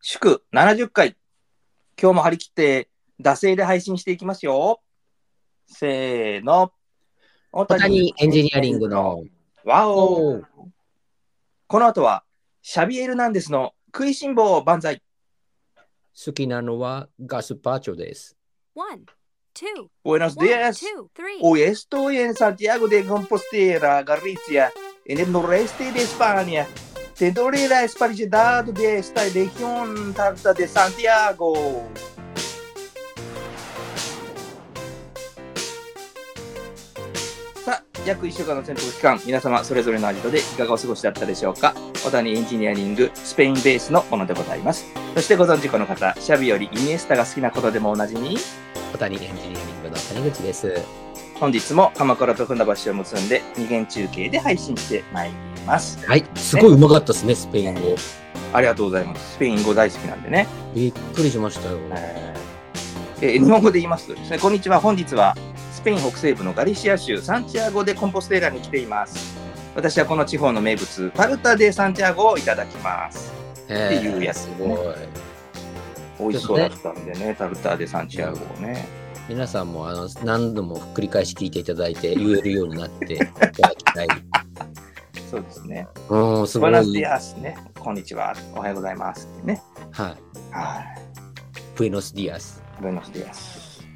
祝70回。今日も張り切って、惰性で配信していきますよ。せーの。 大谷エンジニアリングのわお。この後は、シャビエル・ナンデスの食いしん坊万歳。 好きなのはガスパチョです。 Buenos días. Hoy estoy en Santiago de Compostela, Galicia, en el noreste de España. Tendré la especialidad de esta región tarta de Santiago.さあ、約1週間の潜伏期間、皆様それぞれのアジトでいかがお過ごしだったでしょうか。小谷エンジニアリングスペインベースのものでございます。そしてご存知この方、シャビよりイニエスタが好きなことでもおなじみ、 小谷エンジニアリングの谷口です。 本日も鎌倉と船橋を結んで二元中継で配信してまいります。 はい、すごいうまかったですね、スペイン語。 ありがとうございます。スペイン語大好きなんでね。 びっくりしましたよ。 日本語で言いますとですね、こんにちは。本日はスペイン北西部のガリシア州サンティアゴ・でコンポステーラに来ています。私はこの地方の名物タルタ・でサンティアゴをいただきますっていうやつ、ね、 すごい美味しそうだったんでね、タルタ・でサンティアゴをね、 皆さんも何度も繰り返し聞いていただいて言えるようになっていただきたい。 そうですね。 すごい。 ブエノスディアスね、こんにちは、おはようございますってね。 はい。ブエノスディアス。 ブエノスディアス。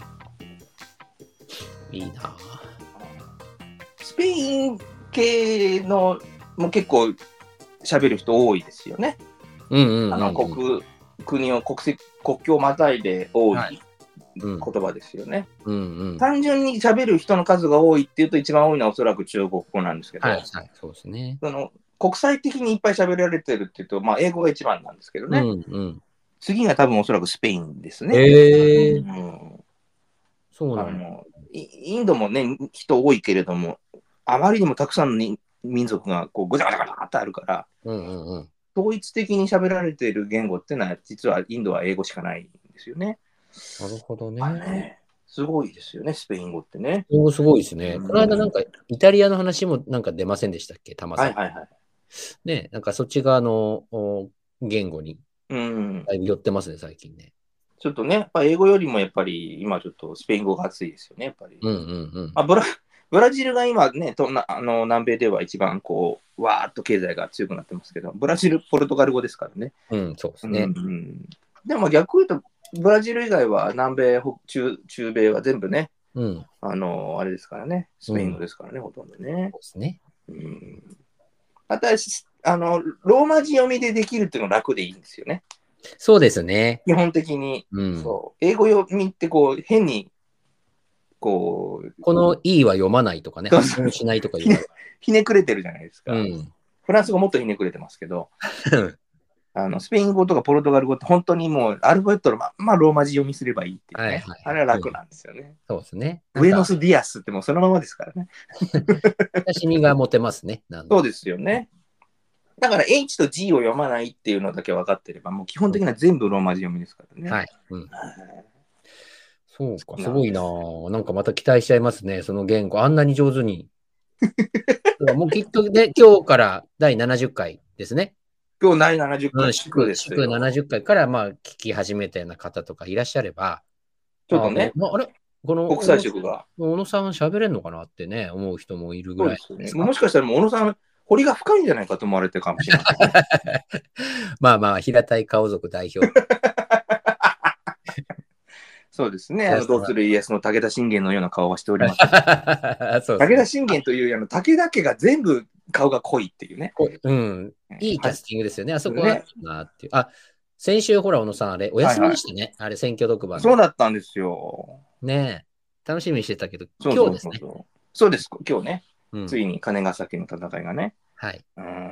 いいな。 スペイン系のも結構喋る人多いですよね。国境をまたいで多い言葉ですよね。単純に喋る人の数が多いっていうと一番多いのはおそらく中国語なんですけど、 はいはい、そうですね。 国際的にいっぱい喋られてるっていうと、まあ、英語が一番なんですけどね。次が多分おそらくスペインですね。そうなの。インドもね、人多いけれども、あまりにもたくさんの民族がこうぐちゃぐちゃぐちゃってあるから、統一的に喋られている言語っていうのは、実はインドは英語しかないんですよね。 なるほどね。 すごいですよね、スペイン語ってね。 すごいですね。この間なんかイタリアの話もなんか出ませんでしたっけ、たまさん。ね、なんかそっち側の言語にだいぶ寄ってますね、最近ね。 ちょっとね、やっぱ英語よりもやっぱり今ちょっとスペイン語が熱いですよね、やっぱり。ブラジルが今ね、南米では一番こう、わーっと経済が強くなってますけど、ブラジル、ポルトガル語ですからね。 そうですね。 でも逆言うと、ブラジル以外は南米、中米は全部ね、あれですからね、スペイン語ですからね、ほとんどね。 そうですね。 あとは、ローマ字読みでできるっていうのが楽でいいんですよね。 そうですね。 基本的に。英語読みってこう、変に、この E は読まないとかね、発音しないとか言われる。 ひねくれてるじゃないですか。フランス語もっとひねくれてますけど、スペイン語とかポルトガル語って本当にもうアルファベットのまあローマ字読みすればいいっていうね。あれは楽なんですよね。 そうですね。 ブエノスディアスってもうそのままですからね。 親しみが持てますね。 そうですよね。だから H と G を読まないっていうのだけ分かってれば、もう基本的には全部ローマ字読みですからね。 はい。そうか、すごいな。なんかまた期待しちゃいますね、その言語。あんなに上手に。もうきっとね、今日から第70回ですね。 今日第70回。 祝70回からまあ聞き始めたような方とかいらっしゃれば、 ちょっとね、 あれこの国際色が。 小野さん喋れんのかなってね、思う人もいるぐらいです。 もしかしたらもう小野さん、彫りが深いんじゃないかと思われてるかもしれない、 まあまあ、平たい顔族代表。 そうですね。どうする家康の武田信玄のような顔はしております。武田信玄という武田家が全部顔が濃いっていうね。 いいキャスティングですよね。あそこはなっていう。先週ほら、小野さん、あれ、お休みでしたね。あれ、選挙特番。 そうだったんですよ。 ねえ。楽しみにしてたけど、今日ですね。 そうです。今日ね。ついに金ヶ崎の戦いがね。 はい。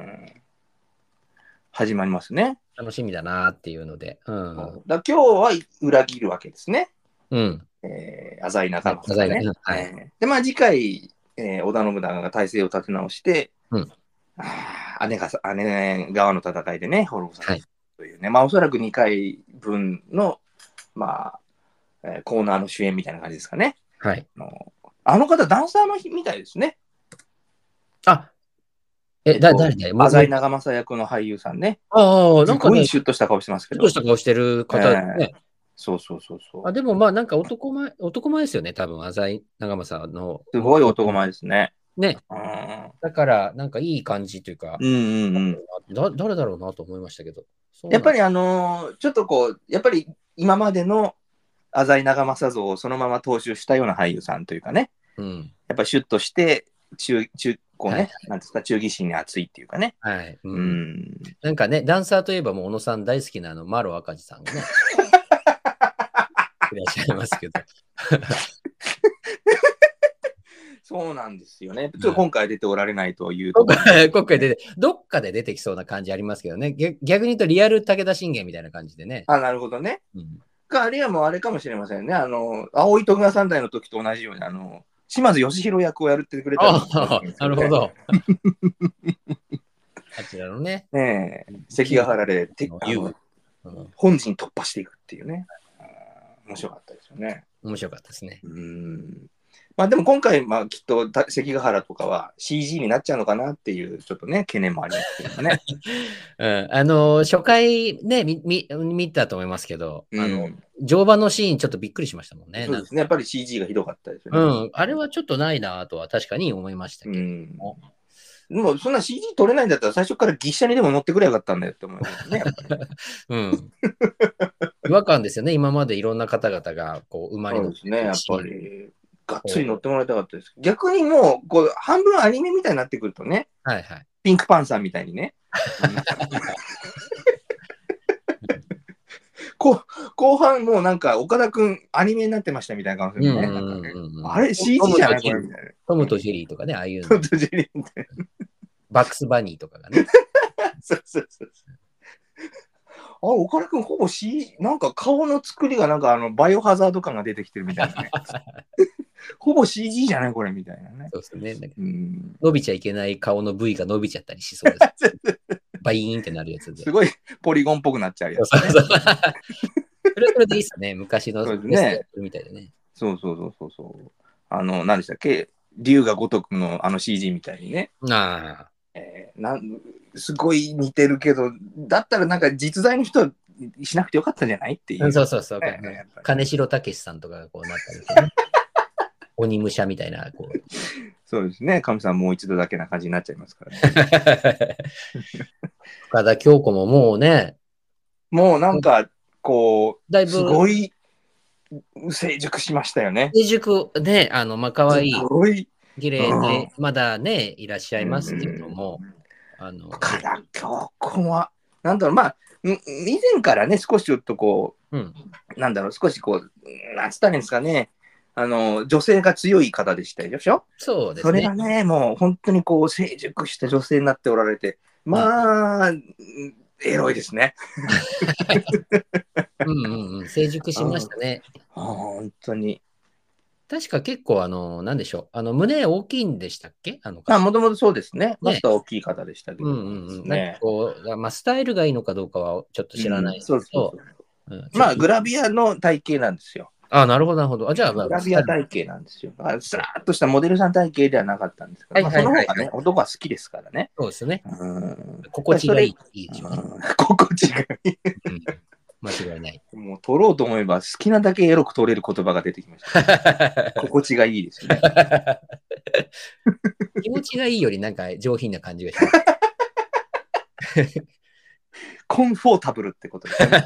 始まりますね。 楽しみだなっていうので。 今日は裏切るわけですね。浅井中野さんね。で、まあ次回、織田信長が体制を立て直して、姉側の戦いでね、滅ぼされるというね、まあおそらく2回分の、まあ、コーナーの主演みたいな感じですかね。 はい。 あの方、ダンサーのみたいですね。 誰だよ。 浅井長政役の俳優さんね。 ああ、 なんかね、すごいシュッとした顔してますけど。 シュッとした顔してる方ですね。 そう。 でもまあなんか男前ですよね、多分、浅井長政の。 すごい男前ですね。 ね。だから、なんかいい感じというか、誰だろうなと思いましたけど。 やっぱりちょっとこう、やっぱり今までの浅井長政像をそのまま踏襲したような俳優さんというかね。やっぱりシュッとして、こうね、なんですか、忠義心に熱いっていうかね。 はい。なんかね、ダンサーといえばもう小野さん大好きなマロ赤字さんがね。いらっしゃいますけど。 そうなんですよね。ちょっと今回出ておられないという。 今回どっかで出てきそうな感じありますけどね。逆に言うとリアル武田信玄みたいな感じでね。 なるほどね。あるいはもうあれかもしれませんね。青い徳川三代の時と同じように、島津義弘役をやるってくれたら、 なるほど。あちらのね。 関ヶ原で本陣突破していくっていうね。面白かったですよね。 面白かったですね。 まあでも今回、まあきっと関ヶ原とかは CG になっちゃうのかなっていうちょっとね、懸念もありますけどね。 初回ね、見たと思いますけど、乗馬のシーンちょっとびっくりしましたもんね。 そうですね、やっぱり CG がひどかったですよね。 あれはちょっとないなとは確かに思いましたけども。 でもそんな CG 撮れないんだったら最初からギッシャにでも乗ってくればよかったんだよって思いますね、やっぱり。 違和感ですよね、今までいろんな方々がこう馬に乗って。 そうですね、やっぱり。がっつり乗ってもらいたかったです。逆にもう、こう半分アニメみたいになってくるとね、ピンクパンサーみたいにね。後半もうなんか岡田くんアニメになってましたみたいな感じでね。あれ CG じゃないこれみたいな。 トムとジェリーとかね、ああいうの。 トムとジェリーみたいな。 バックスバニーとかがね。 そう。岡田くんほぼ CG、なんか顔の作りがなんかバイオハザード感が出てきてるみたいなね。ほぼ CG じゃないこれみたいなね。 そうですね。伸びちゃいけない顔の部位が伸びちゃったりしそうです。バイーンってなるやつで。 すごいポリゴンっぽくなっちゃうやつ、ね。 それでいいっすね。昔のね。 みたいでね。 そう。何でしたっけ、龍が如くのCG みたいにね。すごい似てるけど、だったらなんか実在の人はしなくてよかったんじゃないっていう。 そう。金城武さんとかがこうなったりとかね。鬼武者みたいな。 そうですね。神さんもう一度だけな感じになっちゃいますからね。 深田恭子ももうね。 もうなんか、こう、すごい成熟しましたよね。 成熟ね、可愛い。 すごい。 綺麗で、まだね、いらっしゃいますけども。 深田恭子は、なんだろう、まあ、以前からね、少しちょっとこう、なんだろう、少しこう、なんつったらいいんですかね、女性が強い方でしたでしょ。 そうですね。 それがね、もう本当にこう、成熟した女性になっておられて、まあ、エロいですね。 成熟しましたね。 本当に。 確か結構、なんでしょう。胸大きいんでしたっけ？ もともとそうですね。バストは大きい方でしたけど。 なんかこう、まあ、スタイルがいいのかどうかはちょっと知らないですけど。 まあ、グラビアの体型なんですよ。 なるほど。じゃあ、 グラビア体型なんですよ。スラーっとしたモデルさん体型ではなかったんですけど、その方がね、男は好きですからね。 そうですね。心地がいいでしょうね。 心地がいい。 間違いない。 もう取ろうと思えば好きなだけエロく取れる言葉が出てきました。心地がいいですね。 気持ちがいいよりなんか上品な感じがします。 コンフォータブルってことですね。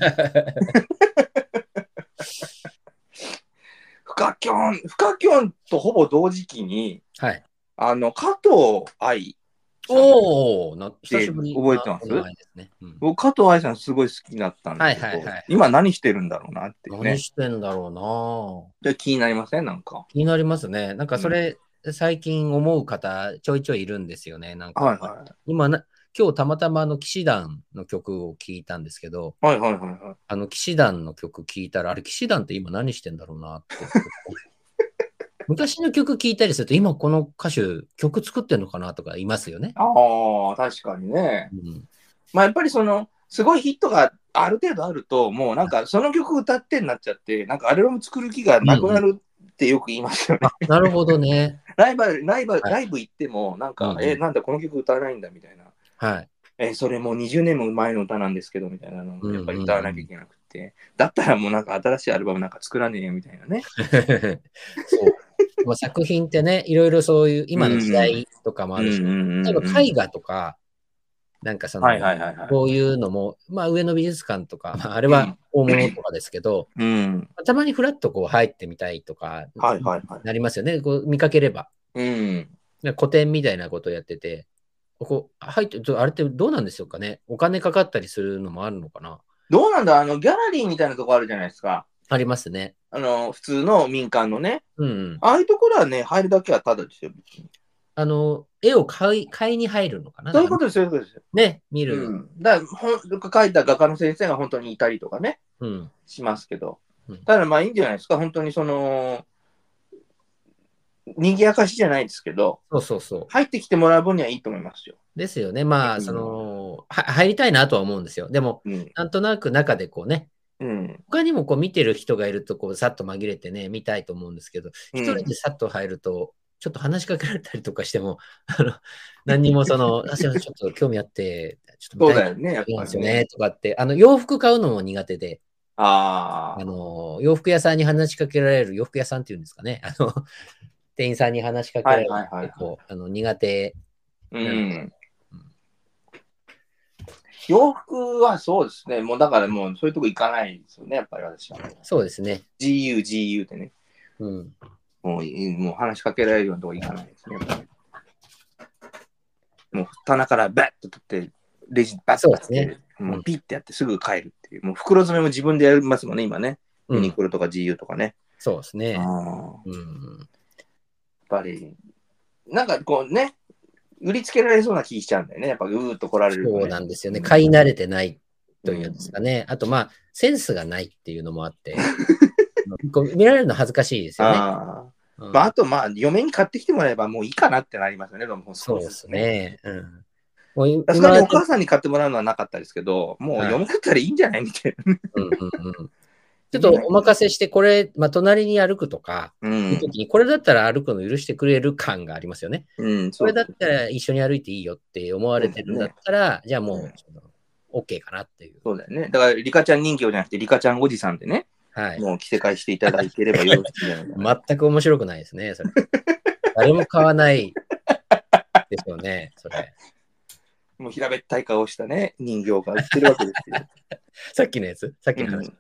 深きょんとほぼ同時期に、加藤愛。 久しぶり。 覚えてます？僕、加藤愛さんすごい好きだったんですけど、今何してるんだろうなっていうね。 何してんだろうな。 気になりません？なんか。 気になりますね。なんかそれ、最近思う方ちょいちょいいるんですよね。なんか、今日たまたま騎士団の曲を聴いたんですけど、騎士団の曲聴いたら、あれ騎士団って今何してんだろうなって。昔の曲聴いたりすると、今この歌手曲作ってんのかなとかいますよね。 確かにね。まあやっぱりすごいヒットがある程度あると、もうなんかその曲歌ってになっちゃって、なんかアルバム作る気がなくなるってよく言いますよね。 なるほどね。 ライブ行っても、なんか、なんだこの曲歌わないんだみたいな。 はい。 それもう20年も前の歌なんですけど、みたいなのをやっぱり歌わなきゃいけなくて、だったらもうなんか新しいアルバムなんか作らねえよみたいなね。 そう。まあ、作品ってね、いろいろそういう今の時代とかもあるし、例えば絵画とか、なんかその、こういうのも、まあ上野美術館とか、あれは大物とかですけど、たまにフラッとこう入ってみたいとか、なりますよね、こう見かければ。個展みたいなことをやってて、ここ入って、あれってどうなんでしょうかね。お金かかったりするのもあるのかな。 どうなんだ、ギャラリーみたいなとこあるじゃないですか。 ありますね。 普通の民間のね。ああいうところはね、入るだけはただですよ。 絵を買いに入るのかな。 そういうことです、そういうことです。 ね、見る。 だから、書いた画家の先生が本当にいたりとかね、しますけど。ただまあいいんじゃないですか、本当に賑やかしじゃないですけど、入ってきてもらう分にはいいと思いますよ。 ですよね。まあ、入りたいなとは思うんですよ。でも、なんとなく中でこうね、他にもこう見てる人がいると、こう、さっと紛れてね、見たいと思うんですけど、一人でさっと入ると、ちょっと話しかけられたりとかしても、何にもちょっと興味あって、ちょっと見たいんですよね、とかって、洋服買うのも苦手で、洋服屋さんに話しかけられる、洋服屋さんっていうんですかね、店員さんに話しかけられる結構苦手。 洋服はそうですね。もうだからもうそういうとこ行かないですよね、やっぱり私は。 そうですね。 GU ってね。もう話しかけられるようなとこ行かないですね。もう棚からバッと取って、レジバッと取って、もうピッてやってすぐ帰るっていう。もう袋詰めも自分でやりますもんね、今ね。ユニクロとか GU とかね。 そうですね。やっぱり、なんかこうね、売りつけられそうな気しちゃうんだよね。やっぱうーっと来られると、 ね。そうなんですよね。買い慣れてないというんですかね。あとまあ、センスがないっていうのもあって、見られるの恥ずかしいですよね。 あとまあ、嫁に買ってきてもらえばもういいかなってなりますよね。 そうですね。 さすがにお母さんに買ってもらうのはなかったですけど、もう嫁だったらいいんじゃないみたいな。 ちょっとお任せして、これ、まあ、隣に歩くとか、いう時にこれだったら歩くの許してくれる感がありますよね。これだったら一緒に歩いていいよって思われてるんだったら、じゃあもう、OK かなっていう。 そうだよね。だから、リカちゃん人形じゃなくて、リカちゃんおじさんでね、もう着せ替えしていただければよろしいじゃないですか。全く面白くないですね、それ。誰も買わないでしょうね、それ。 もう平べったい顔したね、人形が売ってるわけですよ。 さっきのやつさっきの話。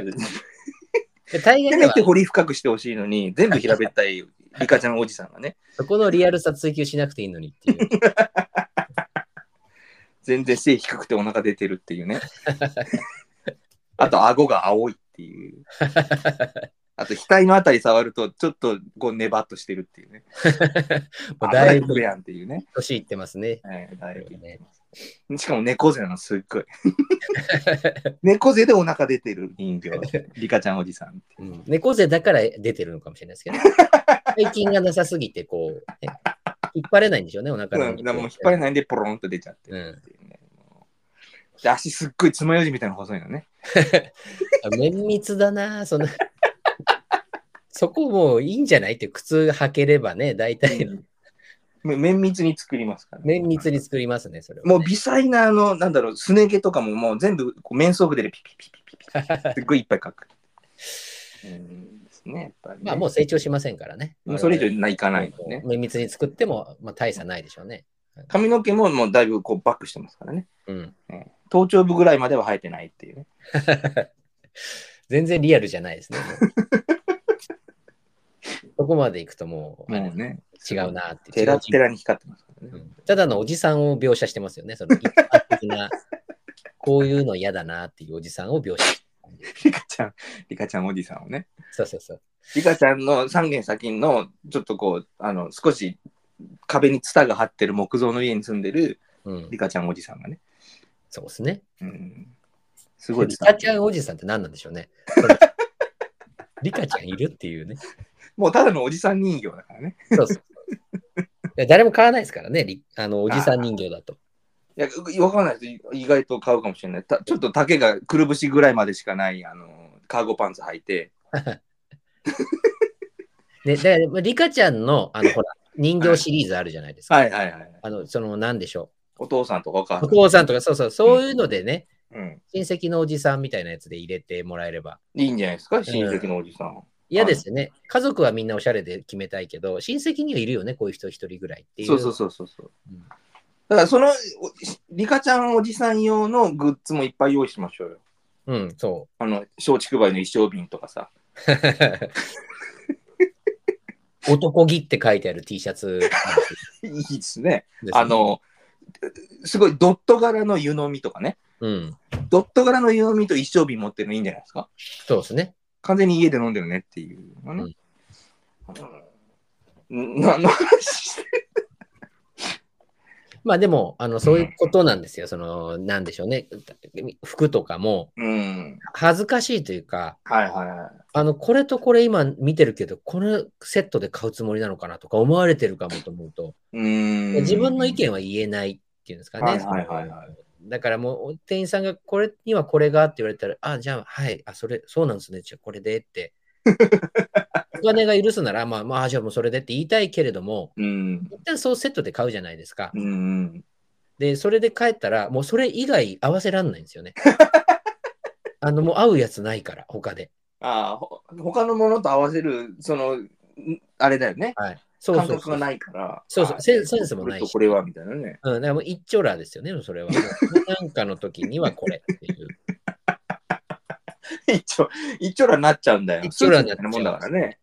大概では掘り深くしてほしいのに、全部平べったいリカちゃんおじさんがね。 そこのリアルさ追求しなくていいのにっていう。 全然背低くてお腹出てるっていうね。あと、顎が青いっていう。あと、額のあたり触ると、ちょっとこうネバっとしてるっていうね。だいぶやんっていうね。 年いってますね。 だいぶね。しかも猫背なの、すっごい。猫背でお腹出てる人形、リカちゃんおじさん。 猫背だから出てるのかもしれないですけど、背筋がなさすぎて、こう、引っ張れないんでしょうね、お腹の。 もう引っ張れないんで、ポロンと出ちゃってるっていうね。で、足すっごい爪楊枝みたいな細いのね。 綿密だな、そこもういいんじゃないって靴履ければね、大体。 綿密に作りますから、 ね。綿密に作りますね、それは、 もう微細な、なんだろう、すね毛とかももう全部、面相筆でピピピピピピ。すっごいいっぱい描く。ですね、やっぱり、 まあもう成長しませんからね。 それ以上いかないね。 綿密に作っても、まあ大差ないでしょうね。 髪の毛ももうだいぶこうバックしてますからね。頭頂部ぐらいまでは生えてないっていうね。 全然リアルじゃないですね。そこまで行くともう、ね、違うなって。 テラテラに光ってますからね。 ただのおじさんを描写してますよね。その一般的な、こういうの嫌だなっていうおじさんを描写してリカちゃんおじさんをね。 そうそうそう。 リカちゃんの3軒先の、ちょっとこう、少し壁にツタが張ってる木造の家に住んでるリカちゃんおじさんがね。 そうですね。 すごい。 リカちゃんおじさんって何なんでしょうね。リカちゃんいるっていうね。 もうただのおじさん人形だからね。 そうそう。誰も買わないですからね、おじさん人形だと。 いや、わかんないです。意外と買うかもしれない。ちょっと丈がくるぶしぐらいまでしかない、カーゴパンツ履いて。 ね、だからリカちゃんの、ほら、 人形シリーズあるじゃないですか。 はいはいはい。 なんでしょう。お父さんとかお母さん。お父さんとか、そういうのでね、親戚のおじさんみたいなやつで入れてもらえれば。 いいんじゃないですか、親戚のおじさん。 嫌ですよね。家族はみんなおしゃれで決めたいけど、親戚にはいるよね、こういう人一人ぐらいっていう。 そう。だからリカちゃんおじさん用のグッズもいっぱい用意しましょうよ。 そう。 松竹梅の衣装瓶とかさ。 男気って書いてある T シャツ。 いいですね。すごいドット柄の湯飲みとかね。ドット柄の湯飲みと一升瓶持ってるのいいんじゃないですか。 そうですね。 完全に家で飲んでるねっていうのね。何の話してる。 まあでも、そういうことなんですよ。なんでしょうね。服とかも、恥ずかしいというか、これとこれ今見てるけど、このセットで買うつもりなのかなとか思われてるかもと思うと、自分の意見は言えないっていうんですかね。だからもう、店員さんがこれにはこれがって言われたら、じゃあ、はい、そうなんですね。じゃあこれでって。お金が許すなら、じゃあもうそれでって言いたいけれども、一旦そうセットで買うじゃないですか。で、それで帰ったら、もうそれ以外合わせらんないんですよね。もう合うやつないから、他で。 他のものと合わせる、あれだよね。感覚がないから。 センスもないし。 これはみたいなね。 だからもう一丁羅ですよね、それは。なんかの時にはこれっていう。 一丁羅になっちゃうんだよ。 一丁羅になっちゃうもんだからね。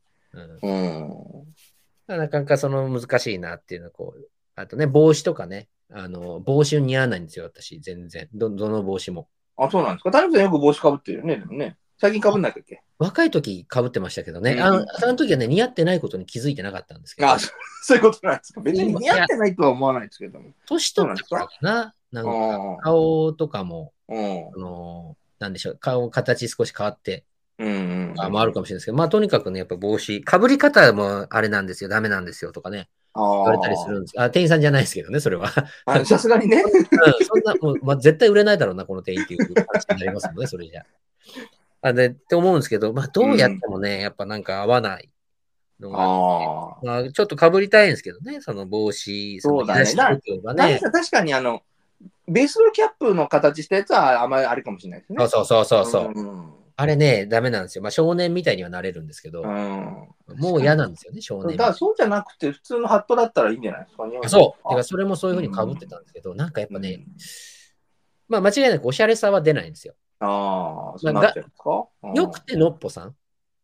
なかなか難しいなっていうのはあとね、帽子とかね、帽子似合わないんですよ、私、全然。どの帽子も。 そうなんですか。谷口さんよく帽子かぶってるよね、でもね。最近かぶんないっけ。 若い時かぶってましたけどね。その時はね、似合ってないことに気づいてなかったんですけど。 そういうことなんですか。別に似合ってないとは思わないですけども。 年取ったからかな。なんか、顔とかも、なんでしょう、顔形少し変わって、あるかもしれないですけど、とにかくね、やっぱ帽子、かぶり方もあれなんですよ、ダメなんですよとかね、言われたりするんです。店員さんじゃないですけどね、それは。 さすがにね。 そんな、もう絶対売れないだろうな、この店員っていう話になりますもんね、それじゃ。って思うんですけど、どうやってもね、やっぱなんか合わないのが、ちょっとかぶりたいんですけどね、その帽子、 そうだね。確かにベースボールキャップの形したやつはあんまりあれかもしれないですね。 そう。あれね、ダメなんですよ。少年みたいにはなれるんですけど、もう嫌なんですよね、少年。 だからそうじゃなくて、普通のハットだったらいいんじゃないですか。 そう。だからそれもそういうふうにかぶってたんですけど、なんかやっぱね、間違いなくおしゃれさは出ないんですよ。 そうなっちゃうんですか。 よくてのっぽさん。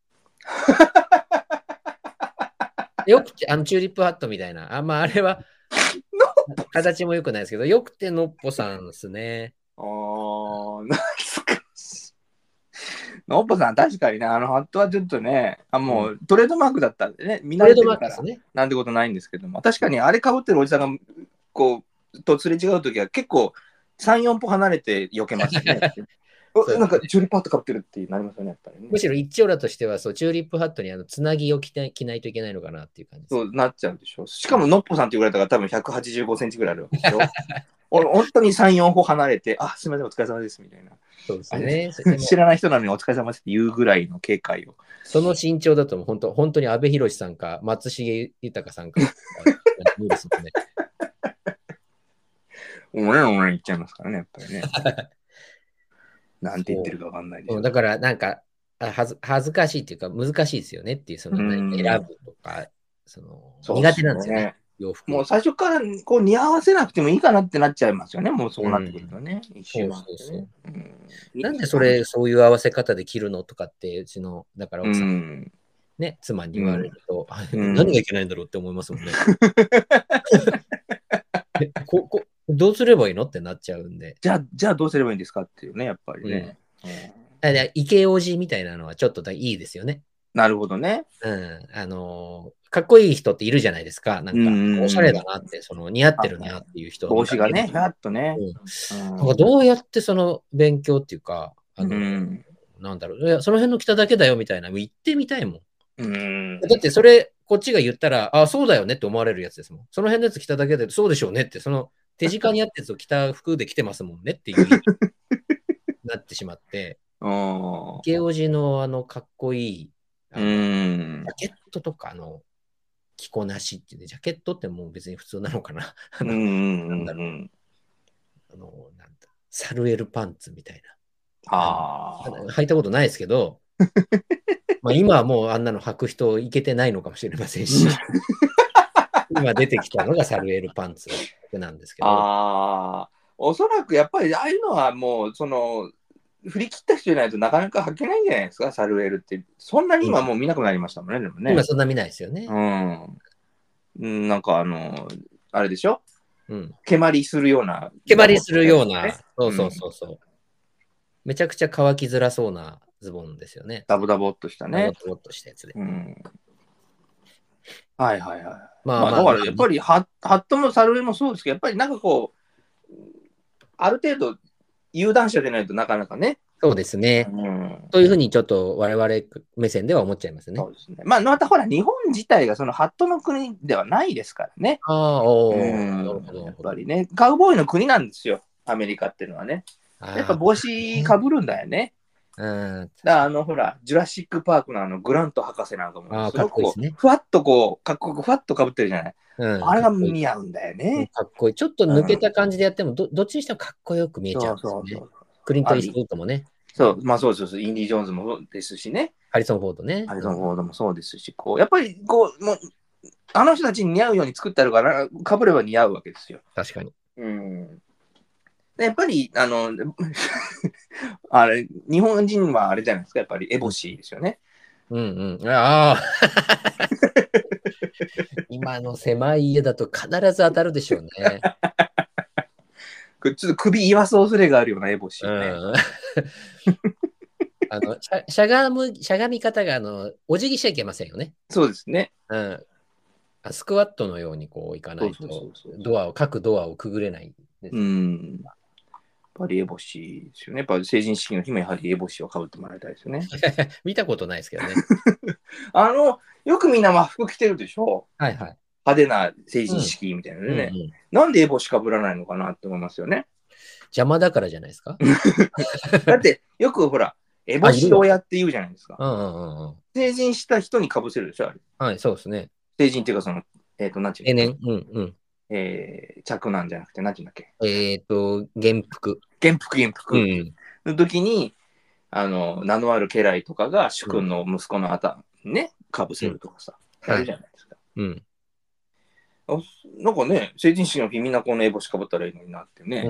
よくて、チューリップハットみたいな。あれは、形も良くないですけど、よくてのっぽさんですね。 懐かしい。のっぽさん、確かにね、ハットはちょっとね、もうトレードマークだったんでね、見慣れてるから、なんてことないんですけども、確かにあれかぶってるおじさんが、とすれ違うときは結構、3、4歩離れて避けますね。なんかチューリップハットかぶってるってなりますよね、やっぱりね。 むしろ一丁羅としては、チューリップハットにつなぎを着ないといけないのかなっていう感じ。 そうなっちゃうでしょ。しかも、のっぽさんって言われたから多分185センチぐらいあるわけでしょ。本当に3、4歩離れて、すみません、お疲れ様ですみたいな。 そうですね。 知らない人なのにお疲れ様ですって言うぐらいの警戒を。 その身長だと本当に阿部寛さんか松重豊さんか。無理ですもんね。 お前言っちゃいますからね、やっぱりね。なんて言ってるかわかんないでしょ。 だからなんか恥ずかしいっていうか難しいですよねっていう、選ぶとか、苦手なんですよね。洋服もう最初から似合わせなくてもいいかなってなっちゃいますよね、もうそうなってくるとね。 なんでそういう合わせ方で着るのとかって、うちの、だから奥さん、ね、妻に言われると、何がいけないんだろうって思いますもんね。どうすればいいのってなっちゃうんで。 じゃあどうすればいいんですかっていうね、やっぱりね。 イケオジみたいなのはちょっといいですよね。 なるほどね。 かっこいい人っているじゃないですか。なんか、おしゃれだなって、似合ってるなっていう人。 帽子がね、ガッとね。 なんかどうやって勉強っていうか、なんだろう、その辺の着ただけだよみたいな、言ってみたいもん。だってそれ、こっちが言ったら、そうだよねって思われるやつですもん。その辺のやつ着ただけで、そうでしょうねって、手近にあったやつを着た服で着てますもんねっていうなってしまって、イケオジのかっこいい、ジャケットとか着こなしっていうね、ジャケットってもう別に普通なのかな。 なんだろう。なんだ、サルエルパンツみたいな。履いたことないですけど、まあ今はもうあんなの履く人いけてないのかもしれませんし、今出てきたのがサルエルパンツなんですけど。 おそらくやっぱりああいうのはもう、振り切った人じゃないとなかなか履けないんじゃないですか、サルエルって。そんなに今もう見なくなりましたもんね、でもね。 今そんな見ないですよね。 なんかあれでしょ、蹴鞠りするような。 蹴鞠するような。そうそうそうそう。めちゃくちゃ乾きづらそうなズボンですよね。 ダボダボっとしたね。 ダボダボっとしたやつで。 はいはいはい。まあだからやっぱりハットもサルエルもそうですけど、やっぱりなんかこう、ある程度有段者でないとなかなかね。 そうですね。というふうにちょっと我々目線では思っちゃいますね。 そうですね。またほら、日本自体がそのハットの国ではないですからね。やっぱりね、カウボーイの国なんですよ、アメリカっていうのはね。やっぱ帽子かぶるんだよね。だからほら、ジュラシック・パークのグラント博士なんかも、すごくふわっとこう、かっこよくふわっとかぶってるじゃない。あれが似合うんだよね。 かっこいい。ちょっと抜けた感じでやっても、どっちにしてもかっこよく見えちゃうんですよね。クリント・イーストウッドもね。 そう、まあそうそう、インディ・ジョーンズもですしね。 ハリソン・フォードね。 ハリソン・フォードもそうですし、やっぱりもう、あの人たちに似合うように作ってあるから、かぶれば似合うわけですよ。 確かに。 やっぱり、あれ、日本人はあれじゃないですか、やっぱりエボシーですよね。 今の狭い家だと必ず当たるでしょうね。 ちょっと首言わす恐れがあるようなエボシーね。 しゃがみ方がお辞儀しちゃいけませんよね。 そうですね。 スクワットのようにこういかないと、各ドアをくぐれないです。 やっぱりエボシですよね。やっぱ成人式の日もやはりエボシをかぶってもらいたいですよね。 見たことないですけどね。 よくみんな和服着てるでしょ。 はいはい。 派手な成人式みたいなね。なんでエボシかぶらないのかなって思いますよね。 邪魔だからじゃないですか。 だってよくほら、エボシ親って言うじゃないですか。成人した人にかぶせるでしょ、あれ。 はい、そうですね。 成人っていうかなんていうの着なんじゃなくて、なんていうんだっけ。 元服。 元服。の時に、名のある家来とかが主君の息子のね、かぶせるとかさ、やるじゃないですか。なんかね、成人式の日みんなこのエボシかぶったらいいのになってね。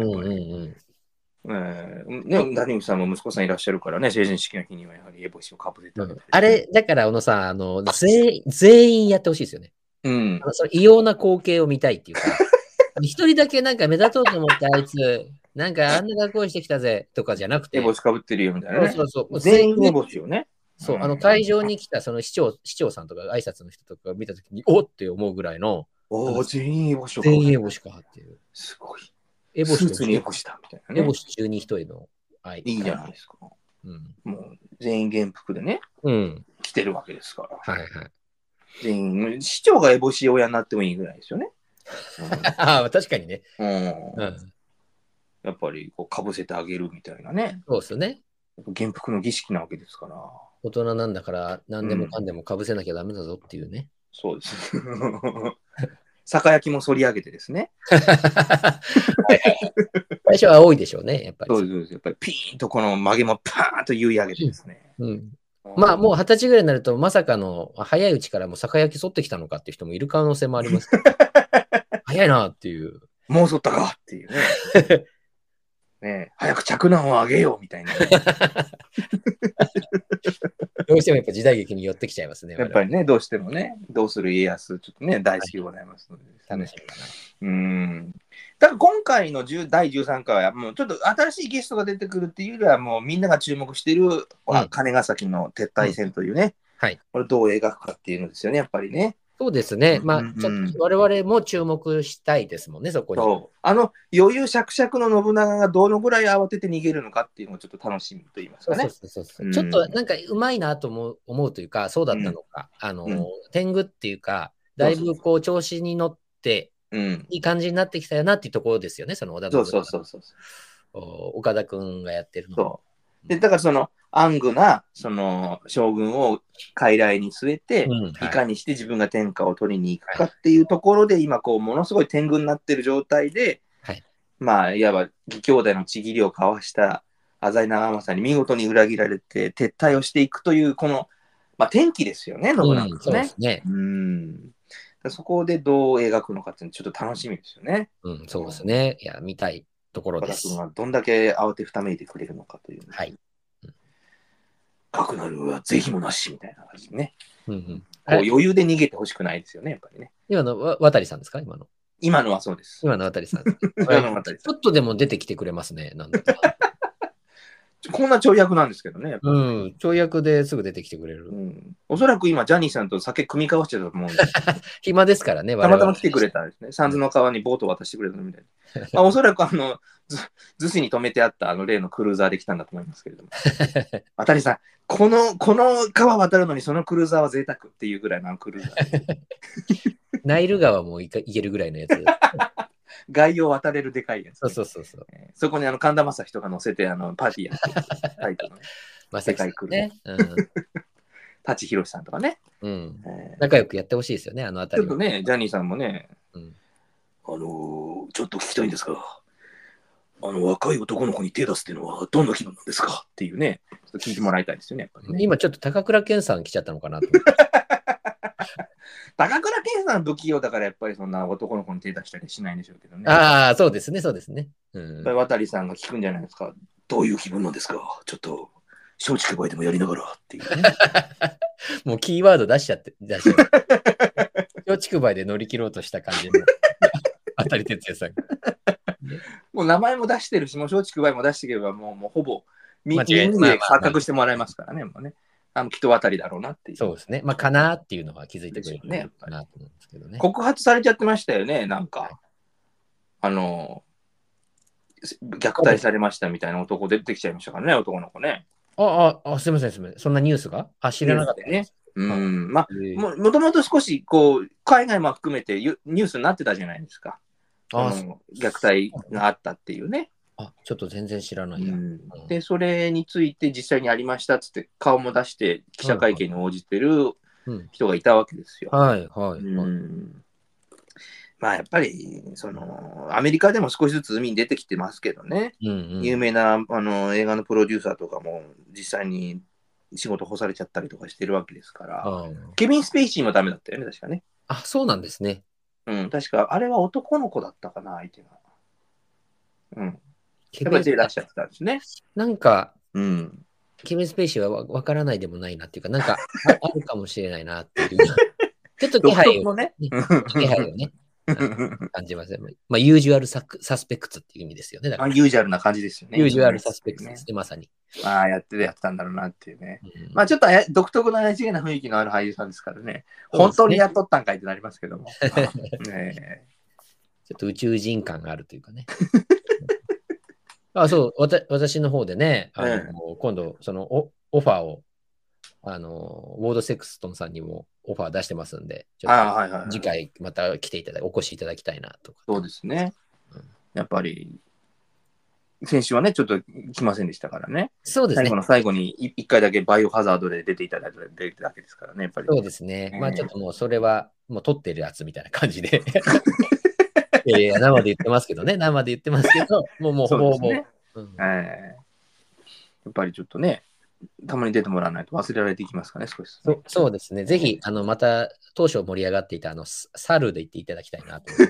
谷口さんも息子さんいらっしゃるからね、成人式の日にはやはりエボシをかぶせてあれ、だから小野さん、全員やってほしいですよね。その異様な光景を見たいっていうか、一人だけなんか目立とうと思ってあいつ、なんかあんな学校してきたぜとかじゃなくて。 エボシかぶってるよみたいなね。 そう全員エボシよね。 そう、会場に来たその市長さんとか挨拶の人とか見たときに、おって思うぐらいの。 全員エボシか。 全員エボシかっていう。 すごい。 エボシスーツにエボシだみたいなね。 エボシ中に一人のいいじゃないですか。もう全員元服でね、来てるわけですから。 はいはい。 全員、市長がエボシ親になってもいいぐらいですよね。 確かにね。 やっぱりかぶせてあげるみたいなね。 そうですね。 元服の儀式なわけですから。 大人なんだから何でもかんでもかぶせなきゃダメだぞっていうね。 そうです。酒焼きも反り上げてですね。 最初は多いでしょうね、やっぱり。 そうです。やっぱりピーンとこの曲げもパーンと結い上げてですね。 まあもう20歳ぐらいになるとまさかの早いうちからもう酒焼き反ってきたのかっていう人もいる可能性もあります。早いなっていう。 もう反ったかっていうね。ね、早く着難を上げようみたいな。 どうしてもやっぱ時代劇に寄ってきちゃいますね。 やっぱりね、どうしてもね、どうする家康、ちょっとね、大好きでございますので、 楽しみかな。 だから今回の第13回は、もうちょっと新しいゲストが出てくるっていうよりは、もうみんなが注目している、金ヶ崎の撤退戦というね、これどう描くかっていうのですよね、やっぱりね。 そうですね。まあ、ちょっと我々も注目したいですもんね、そこに。 余裕しゃくしゃくの信長がどのぐらい慌てて逃げるのかっていうのをちょっと楽しみと言いますかね。 ちょっとなんかうまいなと思うというか、そうだったのか。天狗っていうか、だいぶこう調子に乗って、いい感じになってきたよなっていうところですよね、その織田信長。岡田君がやってるの。 で、だからその、暗愚な、その、将軍を傀儡に据えて、いかにして自分が天下を取りに行くかっていうところで、今、こう、ものすごい天狗になってる状態で、まあ、いわば、義兄弟のちぎりを交わした浅井長政に見事に裏切られて、撤退をしていくという、この、まあ、転機ですよね、信長のね。 そうですね。 そこでどう描くのかっていうのはちょっと楽しみですよね。 そうですね。いや、見たいところです。 岡田君がどんだけ慌てふためいてくれるのかという。 はい。 かくなるは是非もなしみたいな感じでね。こう余裕で逃げてほしくないですよね、やっぱりね。 今の渡さんですか、今の。 今のはそうです。 今の渡さん。ちょっとでも出てきてくれますね、なんだか。 こんな跳躍なんですけどね。 跳躍ですぐ出てきてくれる。 おそらく今、ジャニーさんと酒組み交わしてたと思うんです。 暇ですからね、 たまたま来てくれたんですね。三途の川にボートを渡してくれたみたいな。おそらく逗子に止めてあった例のクルーザーで来たんだと思いますけれども。渡さん、この川渡るのにそのクルーザーは贅沢っていうぐらいのクルーザー。 ナイル川も行けるぐらいのやつ。 外洋渡れるでかいやつ、 ね。そう。 そこに神田正輝とか乗せてパーティーやってるタイプのね。でかいクルーザー。舘ひろしさんとかね。 仲良くやってほしいですよね、あのあたり。 ちょっとね、ジャニーさんもね、ちょっと聞きたいんですが、若い男の子に手出すっていうのはどんな気分なんですかっていうね、ちょっと聞いてもらいたいですよね、やっぱりね。 今ちょっと高倉健さん来ちゃったのかなと。 高倉健さん不器用だからやっぱりそんな男の子に手出したりしないんでしょうけどね。 ああ、そうですね。 渡さんが聞くんじゃないですか。どういう気分なんですかちょっと、松竹梅でもやりながらっていう、ね。 もうキーワード出しちゃって。松竹梅で乗り切ろうとした感じの。渡哲也さんが。 もう名前も出してるし、もう松竹梅も出していけば、もうほぼ耳で錯覚してもらえますからね、もうね。きっと渡りだろうなっていう。 そうですね。まあ、かなっていうのは気づいてくれるね。かなと思うんですけどね。 告発されちゃってましたよね、なんか。虐待されましたみたいな男出てきちゃいましたからね、男の子ね。 すみません。そんなニュースが知らなかったね。まあ、もともと少し、こう、海外も含めてニュースになってたじゃないですか。虐待があったっていうね。 ちょっと全然知らないや。 で、それについて実際にありましたっつって顔も出して記者会見に応じてる人がいたわけですよ。まあやっぱりアメリカでも少しずつ海に出てきてますけどね、有名な映画のプロデューサーとかも実際に仕事干されちゃったりとかしてるわけですから、ケビン・スペイシーもダメだったよね、確かね。 そうなんですね。 確かあれは男の子だったかな、相手が。やっぱり手出しちゃってたんですね。 なんか、ケビン・スペイシーはわからないでもないなっていうか、なんかあるかもしれないなっていう。ちょっと気配をね。感じますね。まあ、ユージュアルサスペクツっていう意味ですよね。 ユージュアルな感じですよね。 ユージュアルサスペクツですね、まさに。 やってたんだろうなっていうね。まあ、ちょっと独特な怪しげな雰囲気のある俳優さんですからね。本当にやっとったんかいってなりますけども。ちょっと宇宙人感があるというかね。そう、私の方でね、今度、そのオファーを、ウォード・セクストンさんにもオファー出してますんで、ちょっと次回また来てお越しいただきたいなとか。 そうですね。やっぱり、先週はね、ちょっと来ませんでしたからね。 そうですね。 最後に1回だけバイオハザードで出ていただいただけですからね、やっぱり。 そうですね。まあちょっともうそれは、もう撮ってるやつみたいな感じで。生で言ってますけどね、生で言ってますけど、もうほぼほぼ。やっぱりちょっとね、たまに出てもらわないと忘れられていきますかね、少し。 そうですね。ぜひ、また、当初盛り上がっていた、猿で言っていただきたいなと思います。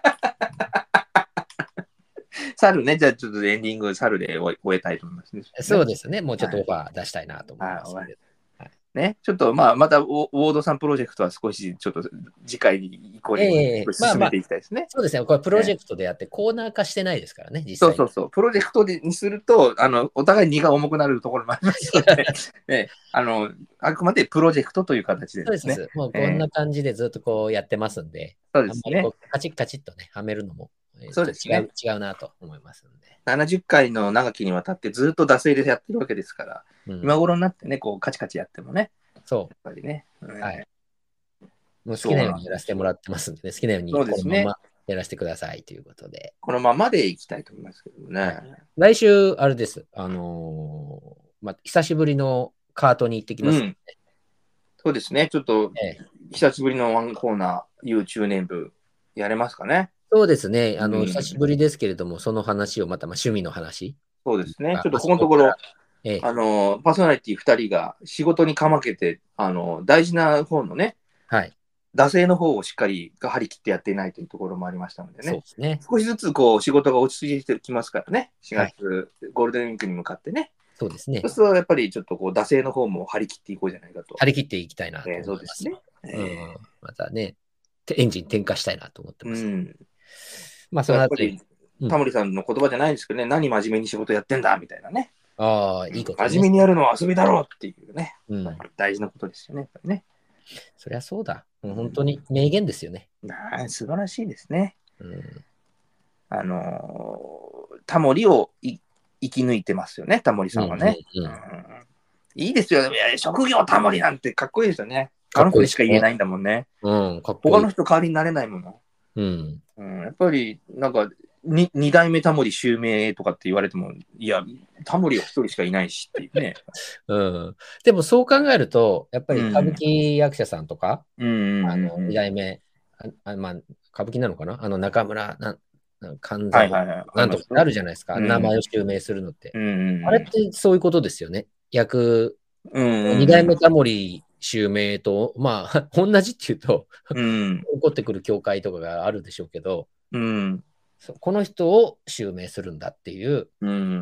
猿ね、じゃあちょっとエンディング、猿で終えたいと思いますね。 そうですね。もうちょっとオファー出したいなと思います。 ね、ちょっとまたウォードさんプロジェクトは少しちょっと次回に移行に進めていきたいですね。 そうですね。これプロジェクトでやってコーナー化してないですからね、実際。 そう。プロジェクトにすると、お互い荷が重くなるところもありますので、あくまでプロジェクトという形でですね。 そうです。もうこんな感じでずっとこうやってますんで、 そうですね。 カチッとね、はめるのも、 そうですね。 違うなと思いますんで。 70回の長きにわたってずっと惰性でやってるわけですから、今頃になってね、こうカチカチやってもね。 そう。 やっぱりね。 はい。もう好きなようにやらせてもらってますんでね、好きなようにそうですね。 やらせてくださいということで。 このままでいきたいと思いますけどね。 来週、あれです。久しぶりのカートに行ってきます、ね。 そうですね。ちょっと、久しぶりのワンコーナー、YouTube ネームやれますかね。 そうですね。久しぶりですけれども、その話をまた、趣味の話。 そうですね。ちょっとここのところ、パーソナリティ2人が仕事にかまけて、大事な方のね、 はい。 惰性の方をしっかり張り切ってやっていないというところもありましたのでね。 そうですね。 少しずつこう仕事が落ち着いてきますからね。4月、ゴールデンウィークに向かってね。 そうですね。 そうするとやっぱりちょっとこう惰性の方も張り切っていこうじゃないかと。 張り切っていきたいなと思います。 そうですね。 またね、エンジン点火したいなと思ってます。まあ、 そのやっぱり、タモリさんの言葉じゃないですけどね、何真面目に仕事やってんだみたいなね。 ああ、いいことね。真面目にやるのは遊びだろうっていうね。大事なことですよね。やっぱりね。 そりゃそうだ。本当に名言ですよね。 素晴らしいですね。タモリを生き抜いてますよね、タモリさんはね。いいですよ。職業タモリなんてかっこいいですよね。あの人にしか言えないんだもんね。他の人代わりになれないもの。やっぱり、なんか、2代目タモリ襲名とかって言われても、いや、タモリは1人しかいないしっていうね。 でもそう考えると、やっぱり歌舞伎役者さんとか、2代目、歌舞伎なのかな中村勘三なんとかあるじゃないですか。名前を襲名するのって。あれってそういうことですよね。2代目タモリ襲名と、まあ、同じっていうと、起こってくる教会とかがあるでしょうけど、この人を襲名するんだっていう。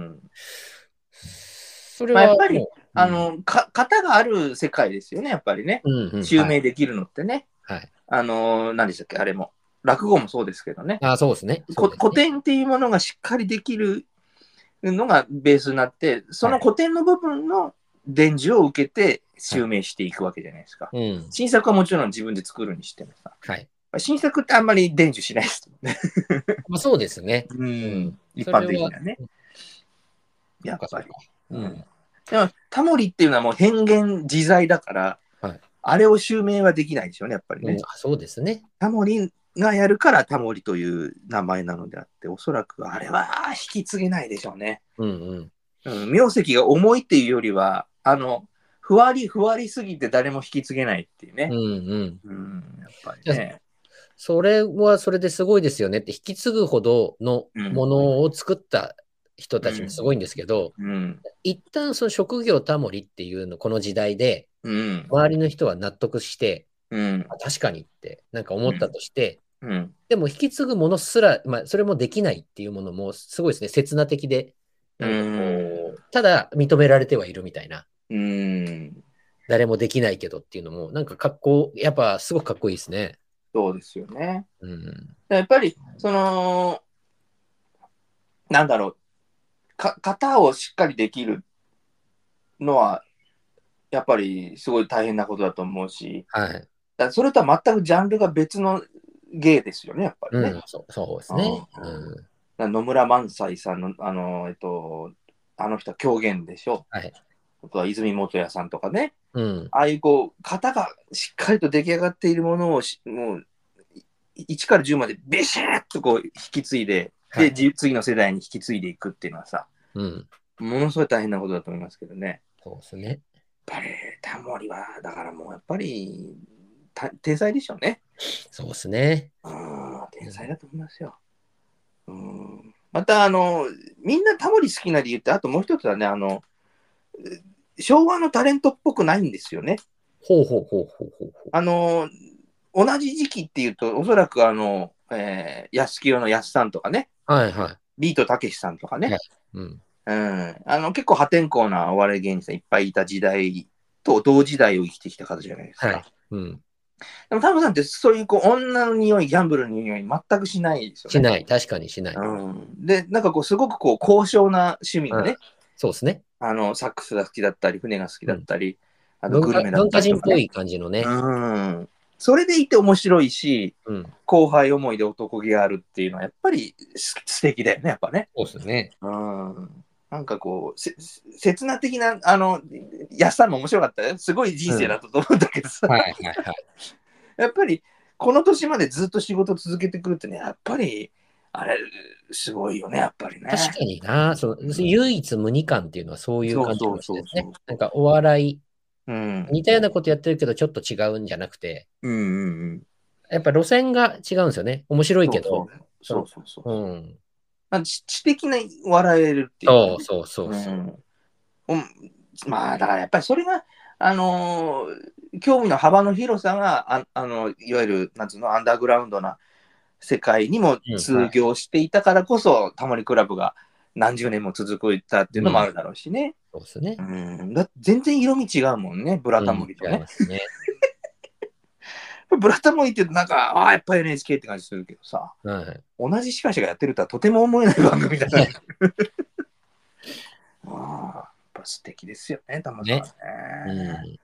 それは、やっぱり、型がある世界ですよね、やっぱりね。襲名できるのってね。何でしたっけ、あれも。落語もそうですけどね。 そうですね。 古典っていうものがしっかりできるのがベースになって、その古典の部分の伝授を受けて襲名していくわけじゃないですか。新作はもちろん自分で作るにしてもさ。新作ってあんまり伝授しないですもんね。 そうですね。 一般的にはね。やっぱり。でもタモリっていうのはもう変幻自在だから、あれを襲名はできないでしょうね、やっぱりね。 そうですね。 タモリがやるからタモリという名前なのであって、おそらくあれは引き継げないでしょうね。名跡が重いっていうよりは、ふわりすぎて誰も引き継げないっていうね。やっぱりね。 それはそれですごいですよねって、引き継ぐほどのものを作った人たちもすごいんですけど、一旦その職業タモリっていうの、この時代で、周りの人は納得して、確かにってなんか思ったとして、でも引き継ぐものすら、それもできないっていうものもすごいですね、刹那的で、なんかこう、ただ認められてはいるみたいな。誰もできないけどっていうのも、なんかやっぱすごくかっこいいですね。 そうですよね。やっぱり、なんだろう、型をしっかりできるのは、やっぱりすごい大変なことだと思うし、それとは全くジャンルが別の芸ですよね、やっぱりね。 そうですね。 野村萬斎さんの、あの人は狂言でしょ。あとは泉元彌さんとかね。ああいうこう、型がしっかりと出来上がっているものをもう、1から10までビシッとこう引き継いで、で、次の世代に引き継いでいくっていうのはさ、ものすごい大変なことだと思いますけどね。 そうですね。 やっぱり、タモリは、だからもうやっぱり、天才でしょうね。 そうですね。 天才だと思いますよ。また、みんなタモリ好きな理由って、あともう一つはね、昭和のタレントっぽくないんですよね。同じ時期っていうと、おそらく安清の安さんとかね、ビートたけしさんとかね、結構破天荒なお笑い芸人さんいっぱいいた時代と同時代を生きてきた方じゃないですか。でもタモさんってそういう女の匂い、ギャンブルの匂い全くしないですよね。 しない、確かにしない。 で、なんかすごく高尚な趣味がね、 そうですね。 サックスが好きだったり、船が好きだったり、 グルメだったり、文化人っぽい感じのね。 それでいて面白いし、後輩思いで男気があるっていうのは、やっぱり素敵だよね、やっぱね。 そうですね。 なんかこう、刹那的な、安さんも面白かったよ。すごい人生だったと思うんだけどさ。やっぱり、 この年までずっと仕事続けてくるってね、やっぱり、あれ、すごいよね、やっぱりね。 確かにな、唯一無二感っていうのはそういう感じかもしれないですね。なんかお笑い、似たようなことやってるけど、ちょっと違うんじゃなくて、やっぱ路線が違うんですよね。面白いけど。 そう。知的な笑えるっていう。 そう。 まあ、だからやっぱりそれが、興味の幅の広さが、いわゆる、なんつうの、アンダーグラウンドな世界にも通行していたからこそ、タモリクラブが何十年も続くったっていうのもあるだろうしね。 そうですね。 全然色味違うもんね、ブラタモリとね。 違いますね。 ブラタモリってなんか、やっぱり NHK って感じするけどさ、同じ司会者がやってるとはとても思えない番組だね。やっぱ素敵ですよね、タモリさんね。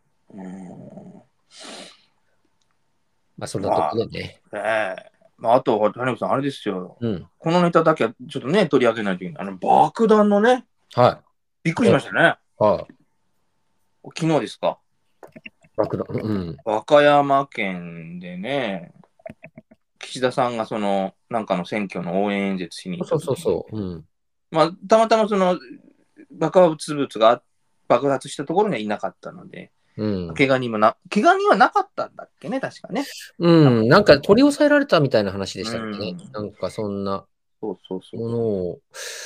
まあ、そんなところでね。 あと、谷口さん、あれですよ。このネタだけはちょっとね、取り上げないといけない。爆弾のね。びっくりしましたね。昨日ですか。 爆弾。 和歌山県でね、岸田さんがなんかの選挙の応援演説しに行った時に、まあ、たまたま爆発物が爆発したところにはいなかったので、怪我人はなかったんだっけね、確かね。 なんか取り押さえられたみたいな話でしたっけね。なんかそんなものを、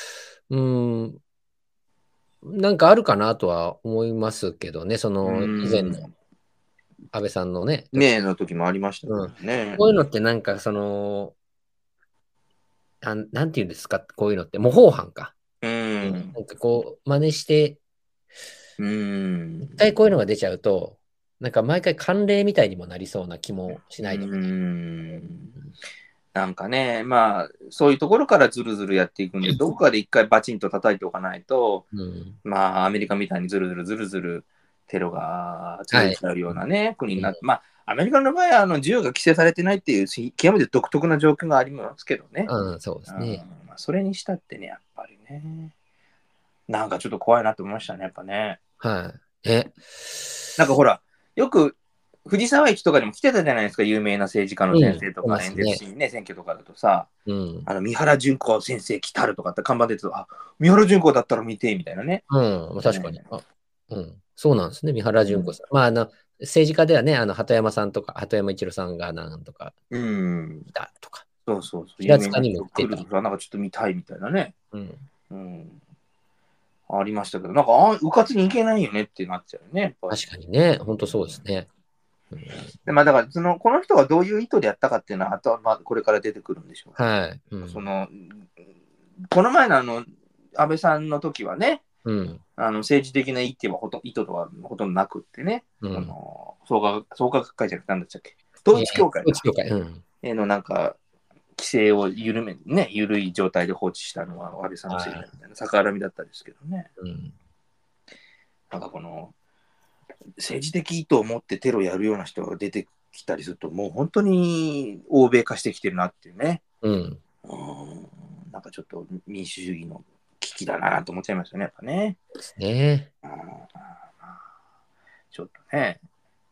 なんかあるかなとは思いますけどね、以前の安倍さんのね。 の時もありましたね。 こういうのってなんかなんていうんですか、こういうのって、模倣犯か。なんかこう、真似して、一回こういうのが出ちゃうと、なんか毎回慣例みたいにもなりそうな気もしないでもない。 なんかね、まあ、そういうところからずるずるやっていくんで、どこかで一回バチンと叩いておかないと、まあ、アメリカみたいにずるずるテロが続いちゃうようなね、国になって、まあ、アメリカの場合は銃が規制されてないっていう、極めて独特な状況がありますけどね。 そうですね。 それにしたってね、やっぱりね、なんかちょっと怖いなと思いましたね、やっぱね。なんかほら、よく藤沢駅とかにも来てたじゃないですか、有名な政治家の先生とか、演説しにね、選挙とかだとさ、三原淳子先生来たるとかって看板で言うと、三原淳子だったら見て、みたいなね。 確かに。そうなんですね、三原淳子さん。まあ、政治家ではね、鳩山さんとか、鳩山一郎さんがなんとか、来たとか。 そう。 平塚にも来てた。なんかちょっと見たいみたいなね。ありましたけど、なんか、うかつにいけないよねってなっちゃうね。 確かにね、本当そうですね。 でまあ、だからこの人がどういう意図でやったかっていうのは、あとはまあこれから出てくるんでしょう。この前の安倍さんの時はね、政治的な意図はほとんどなくってね、創価学会じゃなくて何だったっけ、統一教会のなんか、規制を緩い状態で放置したのは安倍さんのせいみたいな逆恨みだったですけどね。なんか政治的意図を持ってテロやるような人が出てきたりすると、もう本当に欧米化してきてるなっていうね。なんかちょっと民主主義の危機だなと思っちゃいましたね、やっぱね。 ですね。 ちょっとね、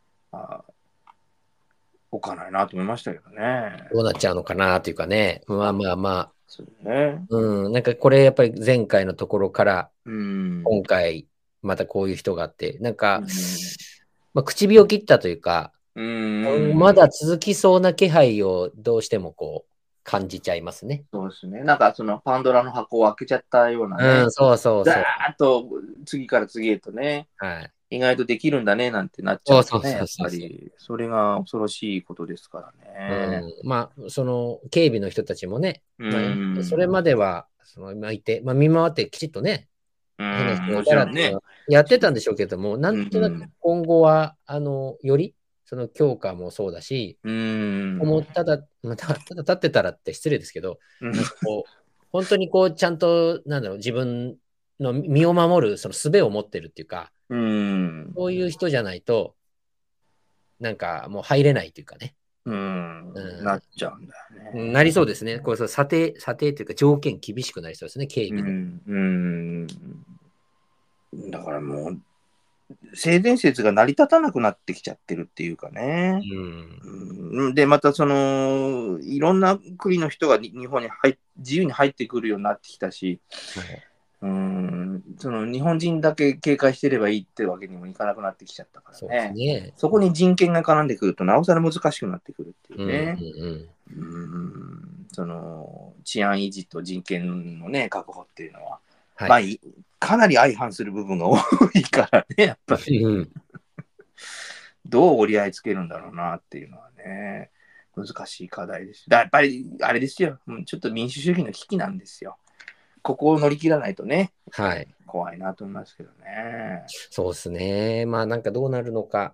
置かないなと思いましたけどね。 どうなっちゃうのかなというかね。まあ。 そうね。 なんかこれやっぱり前回のところから、今回またこういう人があって、なんか、まあ、口火を切ったというか、まだ続きそうな気配をどうしてもこう感じちゃいますね。 そうですね。なんかパンドラの箱を開けちゃったようなね。 そう。 ざーっと次から次へとね。意外とできるんだねなんてなっちゃうね。やっぱり、それが恐ろしいことですからね。 まあ、警備の人たちもね、それまでは、いて、見回ってきちっとね、変な人がいたらっていうのはやってたんでしょうけども、なんとなく今後は、より、強化もそうだし、ただ立ってたらって失礼ですけど、なんかこう、本当にこう、ちゃんと、自分の身を守る、術を持ってるっていうか、そういう人じゃないと、なんかもう入れないというかね。 なっちゃうんだよね。 なりそうですね。こう査定というか条件厳しくなりそうですね、警備の。 だからもう、 性善説が成り立たなくなってきちゃってるっていうかね。で、またいろんな国の人が日本に自由に入ってくるようになってきたし、日本人だけ警戒してればいいってわけにもいかなくなってきちゃったからね。そうですね。そこに人権が絡んでくると、なおさら難しくなってくるっていうね。治安維持と人権のね、確保っていうのは、はい、かなり相反する部分が多いからね、やっぱり。どう折り合いつけるんだろうなっていうのはね、難しい課題です。やっぱり、あれですよ、ちょっと民主主義の危機なんですよ。ここを乗り切らないとね、はい、怖いなと思いますけどね。 そうですね。まあなんかどうなるのか。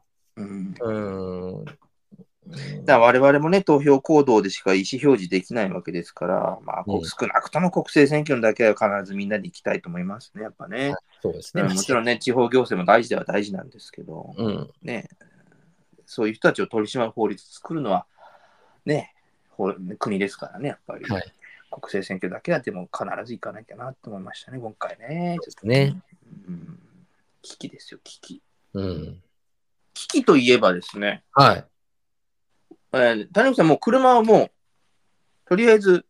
だ我々もね、投票行動でしか意思表示できないわけですから、まあ、少なくとも国政選挙だけは必ずみんなで行きたいと思いますね、やっぱね。 そうですね。 もちろんね、地方行政も大事では大事なんですけど、ね、そういう人たちを取り締まる法律作るのは、ね、国ですからね、やっぱり。はい、国政選挙だけはでも必ず行かなきゃなと思いましたね、今回ね。ちょっとね。危機ですよ、危機。危機といえばですね。はい。谷口さん、もう車はもう、とりあえず、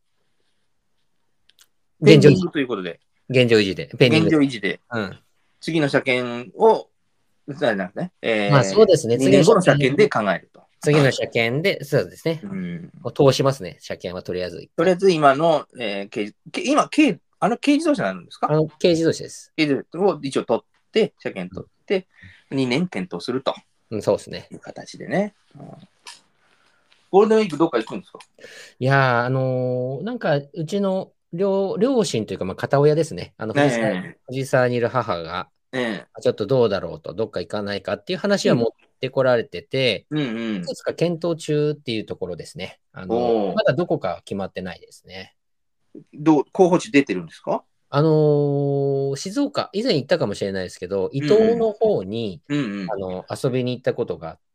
ペンディングということで。 現状維持で。 現状維持で。次の車検を、 まあそうですね。 2年後の車検で考えると。 次の車検で、そうですね。通しますね、車検はとりあえず。 とりあえず今の、今、軽自動車なんですか？ 軽自動車です。 軽自動車を一応取って、車検取って、2年検討すると。 そうですね。 いう形でね。ゴールデンウィークどっか行くんですか？ いやなんか、うちの両親というか、まあ、片親ですね。藤沢にいる母が、ちょっとどうだろうと、どっか行かないかっていう話は持ってこられてて、いくつか検討中っていうところですね。まだどこか決まってないですね。 候補地出てるんですか？ 静岡、以前行ったかもしれないですけど、伊東の方に、遊びに行ったことがあって、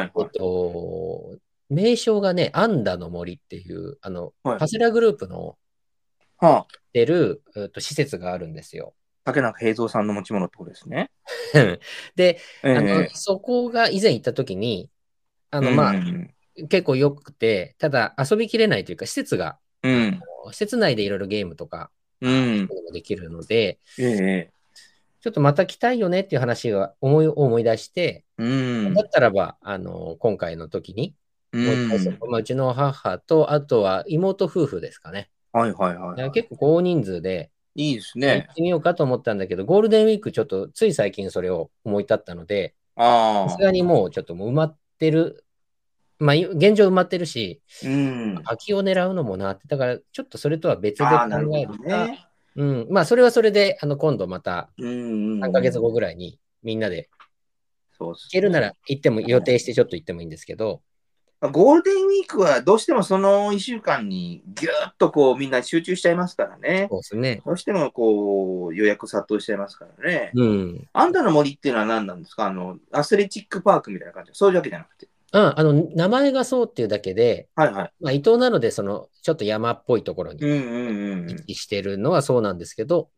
名称がね、アンダの森っていう、パセラグループの出る、施設があるんですよ。 竹中平蔵さんの持ち物ってことですね。 で、そこが以前行った時に、まあ、結構良くて、ただ遊びきれないというか、施設内でいろいろゲームとか、できるので、ちょっとまた来たいよねっていう話が思い出して、だったらば、今回の時に、うちの母と、あとは妹夫婦ですかね。結構大人数で、 いいですね。 行ってみようかと思ったんだけど、ゴールデンウィークちょっとつい最近それを思い立ったので、さすがにもうちょっともう埋まってる、まあ現状埋まってるし、空きを狙うのもなって、だからちょっとそれとは別で考えるか、まあそれはそれで、今度また3ヶ月後ぐらいにみんなで、行けるなら行っても、予定してちょっと行ってもいいんですけど、 ゴールデンウィークはどうしてもその1週間にぎゅっとこうみんな集中しちゃいますからね。 そうですね。 どうしてもこう予約殺到しちゃいますからね。あんたの森っていうのは何なんですか？アスレチックパークみたいな感じ。そういうわけじゃなくて。 名前がそうっていうだけで、まあ、伊東なので、ちょっと山っぽいところに位置してるのはそうなんですけど、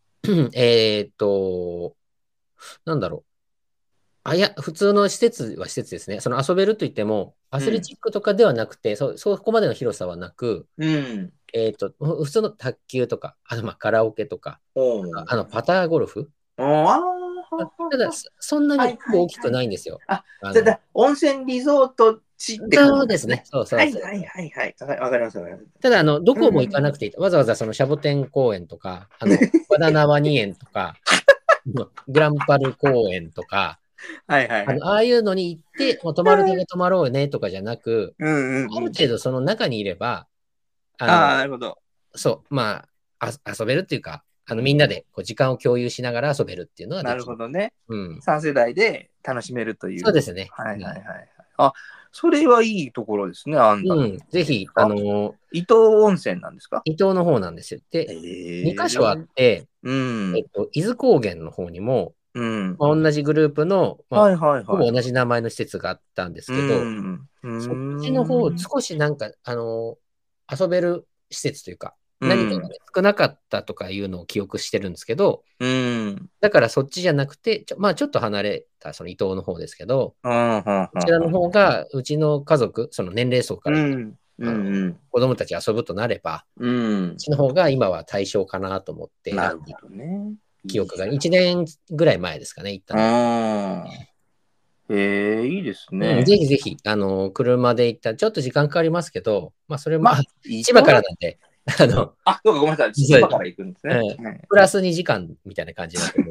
なんだろう。いや、普通の施設は施設ですね。遊べるといっても、アスレチックとかではなくて、そこまでの広さはなく、普通の卓球とか、まあ、カラオケとか、パターゴルフ。ただ、そんなに大きくないんですよ。 ただ、温泉リゾート地ってそうですね。そう。 はいはい。わかります。 ただ、どこも行かなくていい。わざわざシャボテン公園とか、和田縄2園とか、グランパル公園とか、ああいうのに行って、泊まるだけ泊まろうねとかじゃなく、ある程度その中にいれば、 なるほど。 そう、まあ、遊べるっていうか、みんなで時間を共有しながら遊べるっていうのはなるほどね。3世代で楽しめるという。 そうですね。 あ、それはいいところですね、 ぜひ、 伊東温泉なんですか？ 伊東の方なんですよ。で、2カ所あって、伊豆高原の方にも、同じグループの、ほぼ同じ名前の施設があったんですけど、そっちの方、少しなんか、遊べる施設というか、 何かが、ね、少なかったとかいうのを記憶してるんですけど、だからそっちじゃなくて、まあちょっと離れたその伊東の方ですけど、こちらの方がうちの家族、その年齢層から、子供たち遊ぶとなれば、うちの方が今は対象かなと思って選んだ記憶が1年ぐらい前ですかね、行ったの。 いいですね。 ぜひぜひ、車で行ったら、ちょっと時間かかりますけど、まあ、それも、千葉からなんで、 そうか、ごめんなさい。千葉から行くんですね。 プラス2時間みたいな感じだと思う。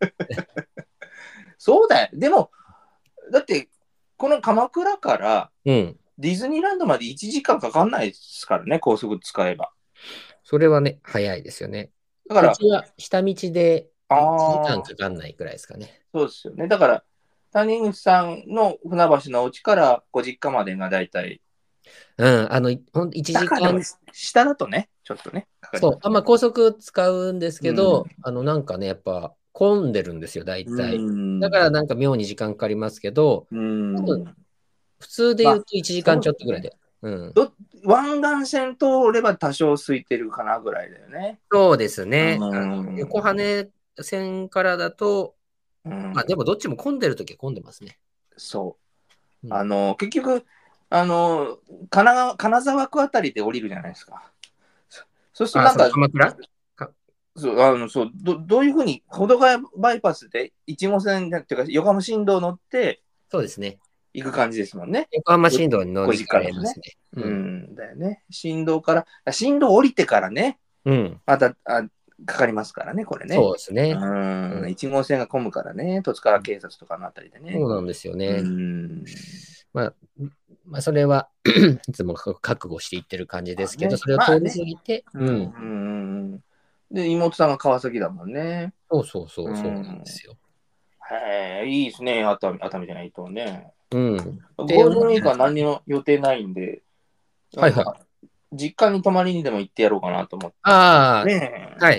そうだよ。でも、だって、この鎌倉から、ディズニーランドまで1時間かかんないですからね、高速使えば。 それはね、早いですよね。だから、うちは下道で1時間かかんないくらいですかね。 そうですよね。だから、谷口さんの船橋のお家からご実家までがだいたい。 1時間。 下だとね、ちょっとね。 そう、高速使うんですけど、なんかね、やっぱ混んでるんですよ、大体。だからなんか妙に時間かかりますけど、普通で言うと1時間ちょっとぐらいで。 湾岸線通れば多少空いてるかなぐらいだよね。 そうですね。横羽線からだと、まあでもどっちも混んでるときは混んでますね。 そう。結局、金沢区あたりで降りるじゃないですか。そうするとなんか、 鎌倉そうどういうふうに、保土ヶ谷バイパスで1号線っていうか、横浜新道乗って、 そうですね。 行く感じですもんね。 横浜新道に乗り換えますね。 だよね。新道降りてからね、またかかりますからね、これね。 そうですね。 1号線が混むからね、戸塚警察とかのあたりでね。 そうなんですよね。まあ、それはいつも覚悟していってる感じですけど、それを通り過ぎて、 で、妹さんが川崎だもんね。 そうなんですよ。 いいですね、熱海じゃないとね。ゴールデンウィークは何の予定ないんで、実家に泊まりにでも行ってやろうかなと思って。 はい。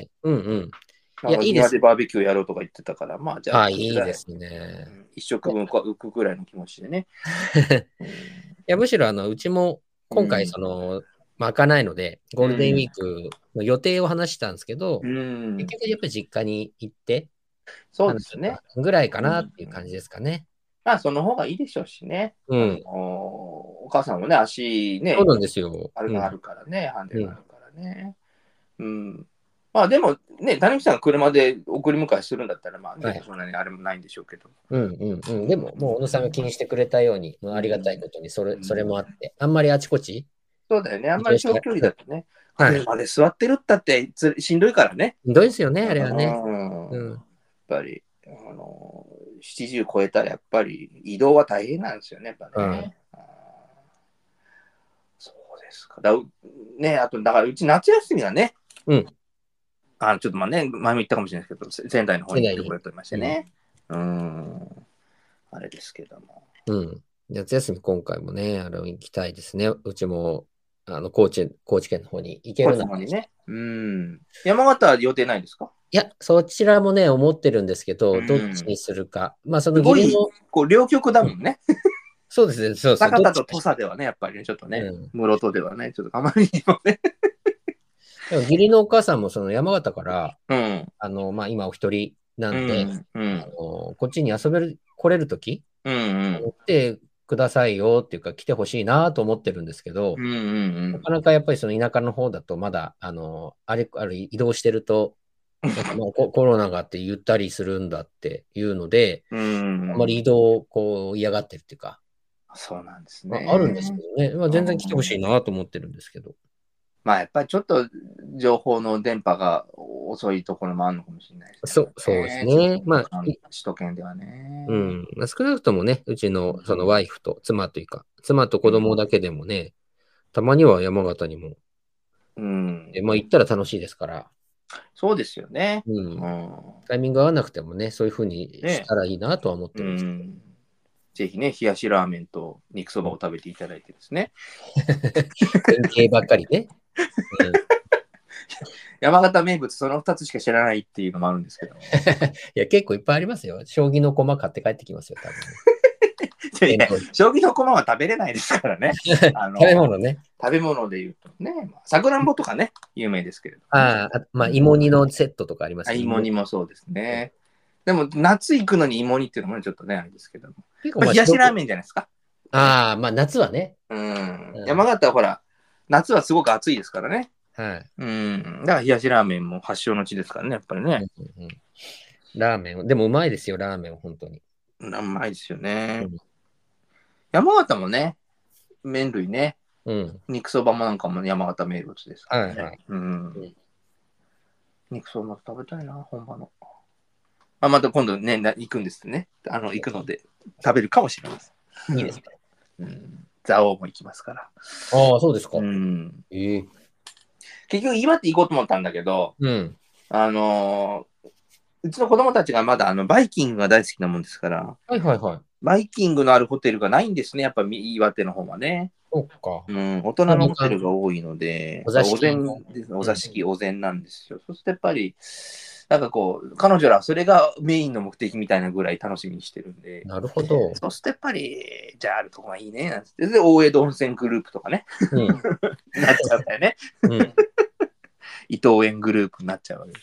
庭でバーベキューやろうとか言ってたから、まあじゃあ、 いいですね。 一食分浮くぐらいの気持ちでね。 いや、むしろうちも今回、開かないので、ゴールデンウィークの予定を話したんですけど、結局やっぱり実家に行って、 そうですね。 ぐらいかなっていう感じですかね。 まあ、その方がいいでしょうしね。お母さんもね、足ね、 そうなんですよ。 あるからね、ハンデがあるからね。まあでもね、谷口さんが車で送り迎えするんだったら、まあ、そんなにあれもないんでしょうけど。 でも、もう小野さんが気にしてくれたように、ありがたいことにそれもあって、あんまりあちこち。 そうだよね、あんまり長距離だとね、車で座ってるったってしんどいからね。 しんどいですよね、あれはね。 やっぱり、70超えたらやっぱり移動は大変なんですよね、やっぱね。そうですか。ね、あと、だからうち夏休みはね、ちょっとまあね、前も言ったかもしれないですけど、仙台の方に行ってくれてましてね。あれですけども。 夏休み今回もね、行きたいですね。うちも、高知県の方に行けるのにね。山形は予定ないですか？ いや、そちらもね、思ってるんですけど、どっちにするか。まあ、その義理の。両極だもんね。 そうですね、そう酒田と土佐ではね、やっぱりね、ちょっとね、室戸ではね、ちょっとあまりにもね。 でも義理のお母さんもその山形から、まあ今お一人なんで、こっちに来れるとき、来てくださいよっていうか、来てほしいなと思ってるんですけど、なかなかやっぱりその田舎の方だとまだ、移動してると、コロナがあってゆったりするんだっていうので、あまり移動をこう嫌がってるっていうか、 そうなんですね。 あるんですけどね。まあ、全然来てほしいなと思ってるんですけど。 まあやっぱりちょっと情報の電波が遅いところもあるのかもしれないですね。 そうですね。まあ、 首都圏ではね。 少なくともね、うちのそのワイフと妻というか、妻と子供だけでもね、たまには山形にも。まあ行ったら楽しいですから。 そうですよね。 タイミング合わなくてもね、そういうふうにしたらいいなとは思ってるんですけど。 ぜひね、冷やしラーメンと肉そばを食べていただいてですね。 典型ばっかりね。 山形名物その2つしか知らないっていうのもあるんですけど。 いや、結構いっぱいありますよ。将棋の駒買って帰ってきますよ、多分。 いや将棋の駒は食べれないですからね。 食べ物ね。 食べ物で言うとね、さくらんぼとかね、有名ですけれど、ね。 まあ、芋煮のセットとかありますね。芋煮もそうですね。でも、夏行くのに芋煮っていうのもちょっとね、あれですけども。冷やしラーメンじゃないですか。 まあ、夏はね。 山形はほら、夏はすごく暑いですからね。 はい。 だから冷やしラーメンも発祥の地ですからね、やっぱりね。 ラーメン、でもうまいですよ、ラーメンは本当に。 うまいですよね。山形もね、麺類ね。肉そばもなんかも山形名物ですからね。肉そば食べたいな、本場の。また今度ね、行くんですね。行くので食べるかもしれません。 いいですね。蔵王も行きますから。 ああ、そうですか。 結局、岩手行こうと思ったんだけど、うちの子供たちがまだバイキングが大好きなもんですから、バイキングのあるホテルがないんですね、やっぱ岩手の方はね。 そっか。 大人のホテルが多いので、お座敷、お膳なんですよ。そしてやっぱり、なんかこう、彼女らはそれがメインの目的みたいなぐらい楽しみにしてるんで。 なるほど。 そうするとやっぱり、じゃああるとこがいいね、なんて。で、大江戸温泉グループとかね。なっちゃうんだよね。伊藤園グループになっちゃうわけです。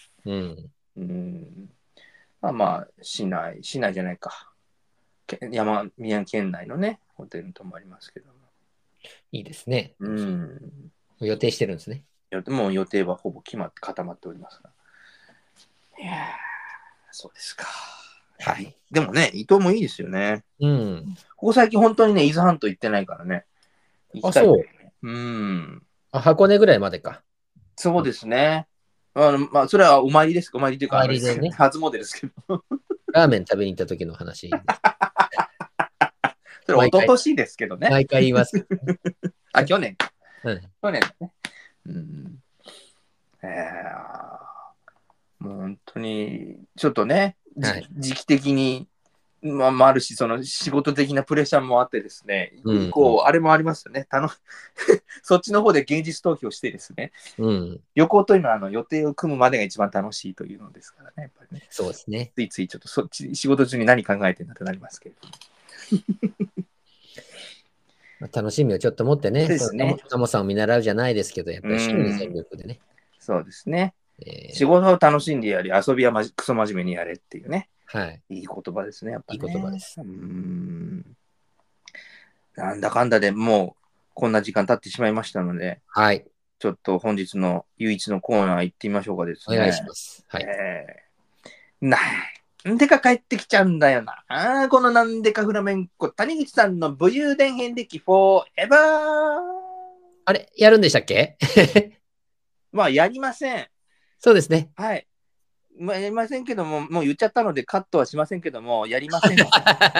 まあ、市内じゃないか。宮城県内のね、ホテルに泊まりますけども。 いいですね。予定してるんですね。 もう予定はほぼ固まっておりますから。いやそうですか。はい。でもね、伊東もいいですよね。ここ最近本当にね、伊豆半島行ってないからね。 そう。箱根ぐらいまでか。 そうですね。まあ、それはお参りです。お参りというか、初詣ですけど。 ラーメン食べに行った時の話。 それ、一昨年ですけどね。 毎回言います。 去年。去年ね。もう本当に、ちょっとね、時期的に、あるし、その仕事的なプレッシャーもあってですね、あれもありますよね。そっちの方で現実逃避をしてですね、旅行というのは予定を組むまでが一番楽しいというのですからね、やっぱりね。 そうですね。 ついついちょっとそっち、仕事中に何考えてるんだってなりますけれども。楽しみをちょっと持ってね、 ですね。 タモさんを見習うじゃないですけど、やっぱり趣味に全力でね。 そうですね。仕事を楽しんでやり、遊びはクソ真面目にやれっていうね。いい言葉ですね、やっぱり、ね。 いい言葉です。 なんだかんだでもう、こんな時間経ってしまいましたので、ちょっと本日の唯一のコーナー行ってみましょうかですね。 お願いします。 なんでか帰ってきちゃうんだよな。このなんでかフラメンコ、谷口さんの武勇伝編歴フォーエバー。 あれ、やるんでしたっけ？ まあ、やりません。 そうですね。 はい。まあ、やりませんけども、もう言っちゃったのでカットはしませんけども、やりません。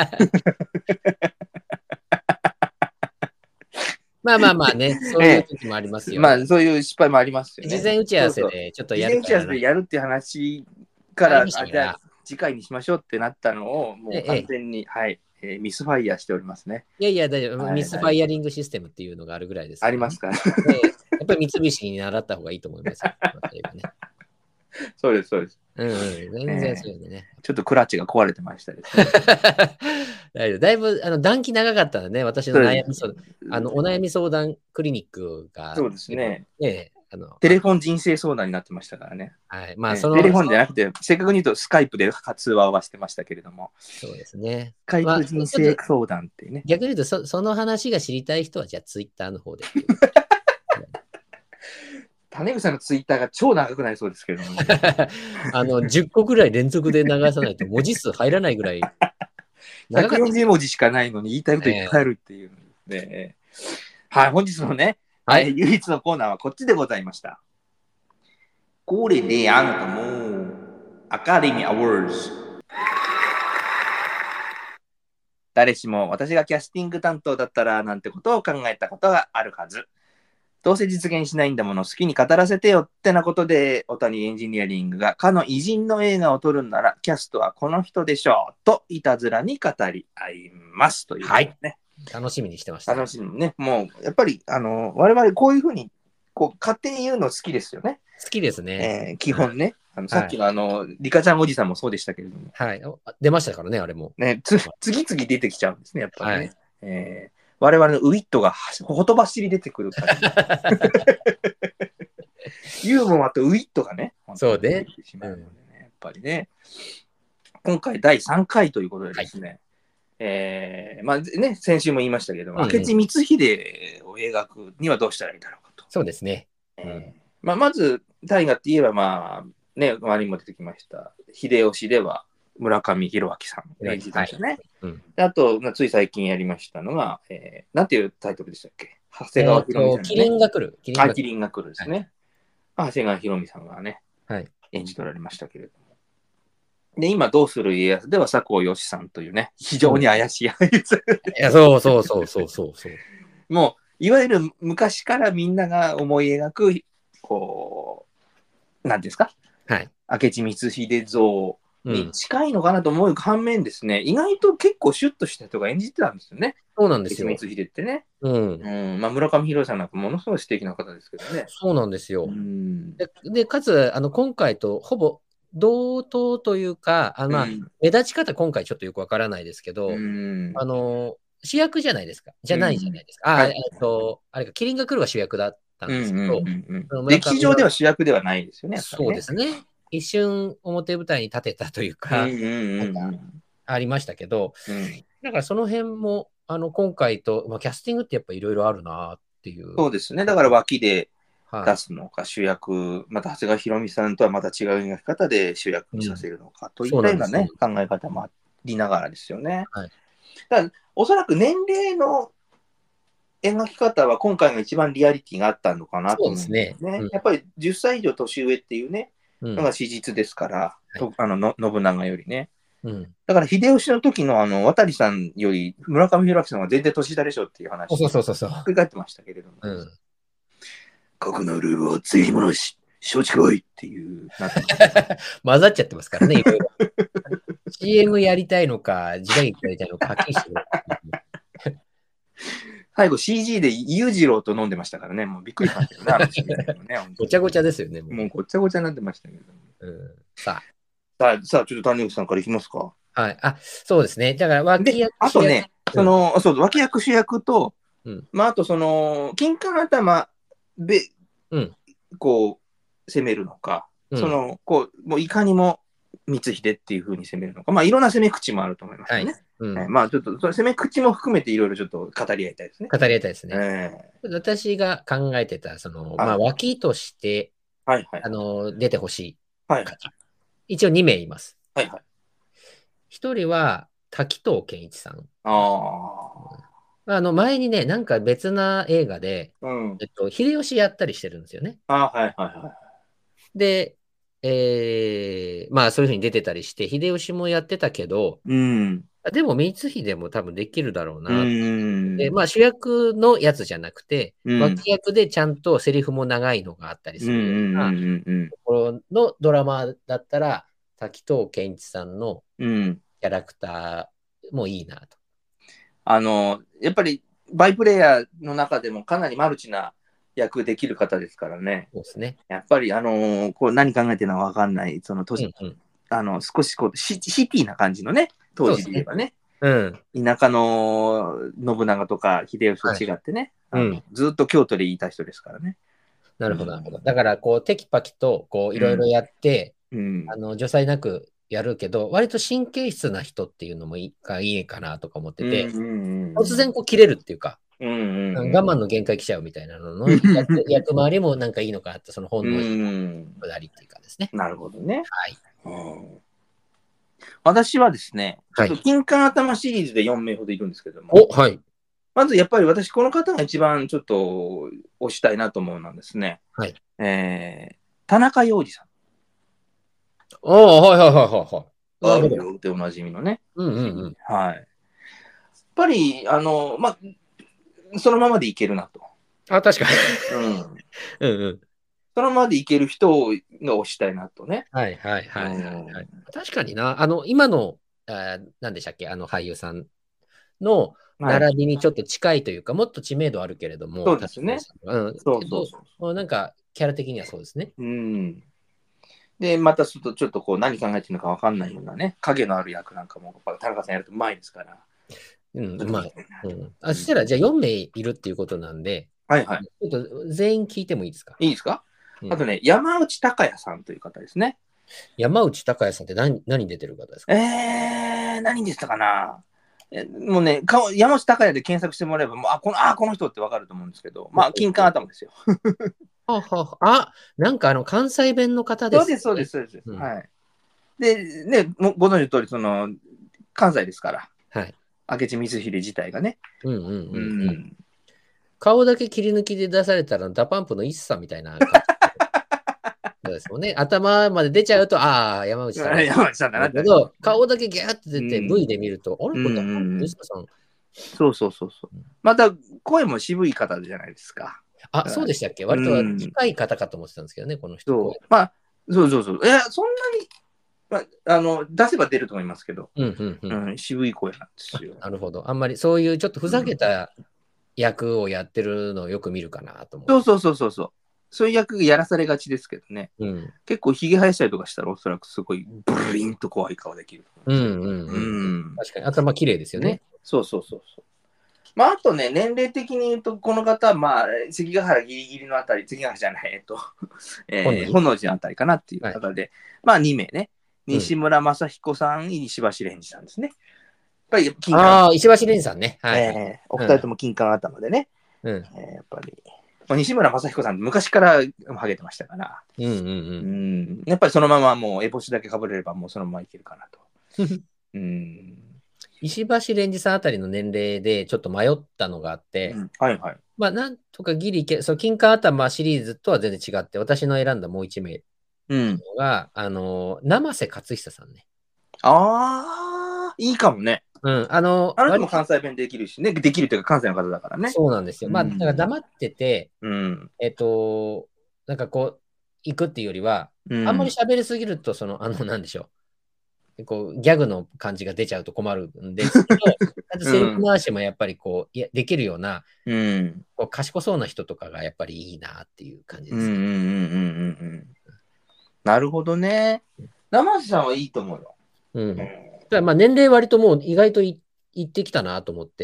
まあね、そういう時もありますよ。まあ、そういう失敗もありますよね。 事前打ち合わせでちょっとやる。 事前打ち合わせでやるっていう話から、じゃあ次回にしましょうってなったのを、もう完全に、ミスファイヤーしておりますね。 いや、大丈夫。ミスファイヤリングシステムっていうのがあるぐらいです、 ありますから。やっぱり三菱に習った方がいいと思います。 そうです、そうです。 全然そういうね。 ちょっとクラッチが壊れてましたですね。だいぶ暖気長かったのね、私の悩みお悩み相談クリニックが。 そうですね。テレフォン人生相談になってましたからね。 まあテレフォンじゃなくて、正確に言うとスカイプで通話はしてましたけれども。 そうですね。 スカイプ人生相談ってね。 逆に言うと、その話が知りたい人は、じゃあツイッターの方で。 種口さんのツイッターが超長くなりそうですけども、ね。 10個ぐらい連続で流さないと文字数入らないぐらい。 140文字しかないのに言いたいこといっぱいあるっていうね。はい、本日のね、唯一のコーナーはこっちでございました。これであなたもアカデミーアワーズ。誰しも私がキャスティング担当だったらなんてことを考えたことがあるはず。どうせ実現しないんだもの好きに語らせてよってなことで、小谷エンジニアリングがかの偉人の映画を撮るんならキャストはこの人でしょうといたずらに語り合いますという、ね。はい。 楽しみにしてました。 楽しみね。もうやっぱり我々こういうふうにこう勝手に言うの好きですよね。 好きですね。 基本ね。 さっきのリカちゃんおじさんもそうでしたけれども。 はい。出ましたからね、あれも。 ね、次々出てきちゃうんですね、やっぱりね。はい、我々のウィットがほとばしり出てくる感じ。ユーモアとウィットがね、 そうね。 出てきてしまうのでね、やっぱりね。今回第3回ということでですね、まあね、先週も言いましたけど、明智光秀を描くにはどうしたらいいだろうかと。 そうですね。 まず、大河って言えば、まあ、ね、周りにも出てきました。秀吉では村上弘明さん演じてましたね。あと、つい最近やりましたのが、なんていうタイトルでしたっけ？長谷川博美さん、ね。 麒麟が来る。 麒麟が来るですね。長谷川博美さんがね、演じ取られましたけれども。で、今、どうする家康では佐藤義さんというね、非常に怪しい俳優さん。 いや、そう。 もう、いわゆる昔からみんなが思い描く、こう、なんですか？ はい。 明智光秀像に近いのかなと思う反面ですね、意外と結構シュッとした人が演じてたんですよね。 そうなんですよ。 明智光秀ってね。まあ、村上弘さんなんかものすごい素敵な方ですけどね。 そうなんですよ。で、かつ、今回とほぼ同等というか、まあ、目立ち方今回ちょっとよくわからないですけど、主役じゃないですか。じゃないじゃないですか。あれか、麒麟が来るが主役だったんですけど、 歴史上では主役ではないですよね。 そうですね。一瞬表舞台に立てたというか、ありましたけど、だからその辺も、今回と、まあ、キャスティングってやっぱいろいろあるなっていう。 そうですね。だから脇で出すのか、主役、また長谷川博美さんとはまた違う描き方で主役にさせるのか、といったようなね、考え方もありながらですよね。だからおそらく年齢の描き方は今回が一番リアリティがあったのかなと思うんですね。やっぱり10歳以上年上っていうね、のが史実ですから、信長よりね。だから秀吉の時の渡さんより村上弘明さんは全然年下でしょっていう話を繰り返ってましたけれども。過去のルールをついに戻し、承知来いっていう。 混ざっちゃってますからね、いろいろ。CM やりたいのか、時代劇やりたいのか、はっきりしてる。 最後 CG で裕次郎と飲んでましたからね、もうびっくりしましたよね。 ごちゃごちゃですよね。 もうごちゃごちゃになってましたけど。 さあ、ちょっと谷口さんからいきますか。 はい。そうですね。だから脇役あとね、脇役主役と、まあ、あと金柑頭で、こう、攻めるのか、もういかにも光秀っていうふうに攻めるのか、まあ、いろんな攻め口もあると思いますよね。まあ、ちょっと、攻め口も含めていろいろちょっと語り合いたいですね。 語り合いたいですね。私が考えてた、まあ、脇として、出てほしい。一応2名います。1人は、滝藤賢一さん。前にね、なんか別な映画で、秀吉やったりしてるんですよね。で、まあそういうふうに出てたりして、秀吉もやってたけど、でも光秀も多分できるだろうな。で、まあ主役のやつじゃなくて、脇役でちゃんとセリフも長いのがあったりするようなところのドラマだったら、滝藤賢一さんのキャラクターもいいなと。 やっぱりバイプレイヤーの中でもかなりマルチな役できる方ですからね。 そうですね。 やっぱりこう何考えてるのか分かんない、少しこうシティな感じのね、当時で言えばね。田舎の信長とか秀吉と違ってね、ずっと京都でいた人ですからね。 なるほど、なるほど。だから、こう、テキパキと、こう、いろいろやって、除災なくやるけど、割と神経質な人っていうのもいいかなとか思ってて、突然こう切れるっていうか、我慢の限界来ちゃうみたいなのの役回りもなんかいいのかなって、その本能くだりっていうかですね。 なるほどね。私はですね、ちょっと金柑頭シリーズで4名ほどいるんですけども、まずやっぱり私、この方が一番ちょっと推したいなと思うのはですね、田中洋次さん。 なるほど。でおなじみのね。 はい。 やっぱり、まあ、そのままでいけるなと。 確かに。 そのままでいける人が推したいなとね。 確かにな。今の、何でしたっけ、俳優さんの並びにちょっと近いというか、もっと知名度あるけれども、 そうですね。 なんか、キャラ的にはそうですね。 で、またちょっとこう何考えてるのか分かんないようなね、影のある役なんかも、田中さんやるとうまいですから。 うん、うまい。そしたら、じゃあ4名いるっていうことなんで、 はいはい。 ちょっと全員聞いてもいいですか？ いいですか？あとね、山内隆也さんという方ですね。 山内隆也さんって何出てる方ですか？ 何でしたかな。もうね、山内隆也で検索してもらえば、もうこの人って分かると思うんですけど、まあ、金柑頭ですよ。 なんか関西弁の方です、ね。 そうです、そうです、そうです。はい。で、ね、ご存知の通り、関西ですから。 はい。 明智光秀自体がね。 顔だけ切り抜きで出されたら、ダパンプの一茶みたいな感じ。そうですもんね。頭まで出ちゃうと、山内さん。 山内さんだなけど、顔だけギャーって出て、V で見ると、あれこれダパンプの一茶さん。 そう。また、声も渋い方じゃないですか。 そうでしたっけ？割と近い方かと思ってたんですけどね、この人。 そう。まあ、そう。いや、そんなに、出せば出ると思いますけど、渋い声なんですよ。 なるほど。あんまりそういうちょっとふざけた役をやってるのをよく見るかなと思って。 そう。そういう役やらされがちですけどね。結構ひげ生やしたりとかしたら、おそらくすごいブリンと怖い顔できる。 確かに頭綺麗ですよね。 そう。まあ、あとね、年齢的に言うと、この方は、まあ、関ヶ原ギリギリのあたり、関ヶ原じゃない、本能寺のあたりかなっていう方で、まあ、2名ね。西村雅彦さん、石橋蓮司さんですね。やっぱり金柑。石橋蓮司さんね。 お二人とも金柑頭でね。やっぱり。西村雅彦さん、昔からハゲてましたから、やっぱりそのままもう、烏帽子だけかぶれれば、もうそのままいけるかなと。 石橋蓮司さんあたりの年齢でちょっと迷ったのがあって、まあ、なんとかギリその金柑頭シリーズとは全然違って、私の選んだもう1名が、生瀬勝久さんね。 いいかもね。あなたも関西弁できるしね、できるというか関西の方だからね。 そうなんですよ。まあ、だから黙ってて、なんかこう、行くっていうよりは、あんまり喋りすぎると、なんでしょう。こう、ギャグの感じが出ちゃうと困るんですけど、あとセリフ回しもやっぱりこう、できるような、こう賢そうな人とかがやっぱりいいなっていう感じです。 なるほどね。生瀬さんはいいと思うよ。 まあ年齢割ともう意外といってきたなと思って。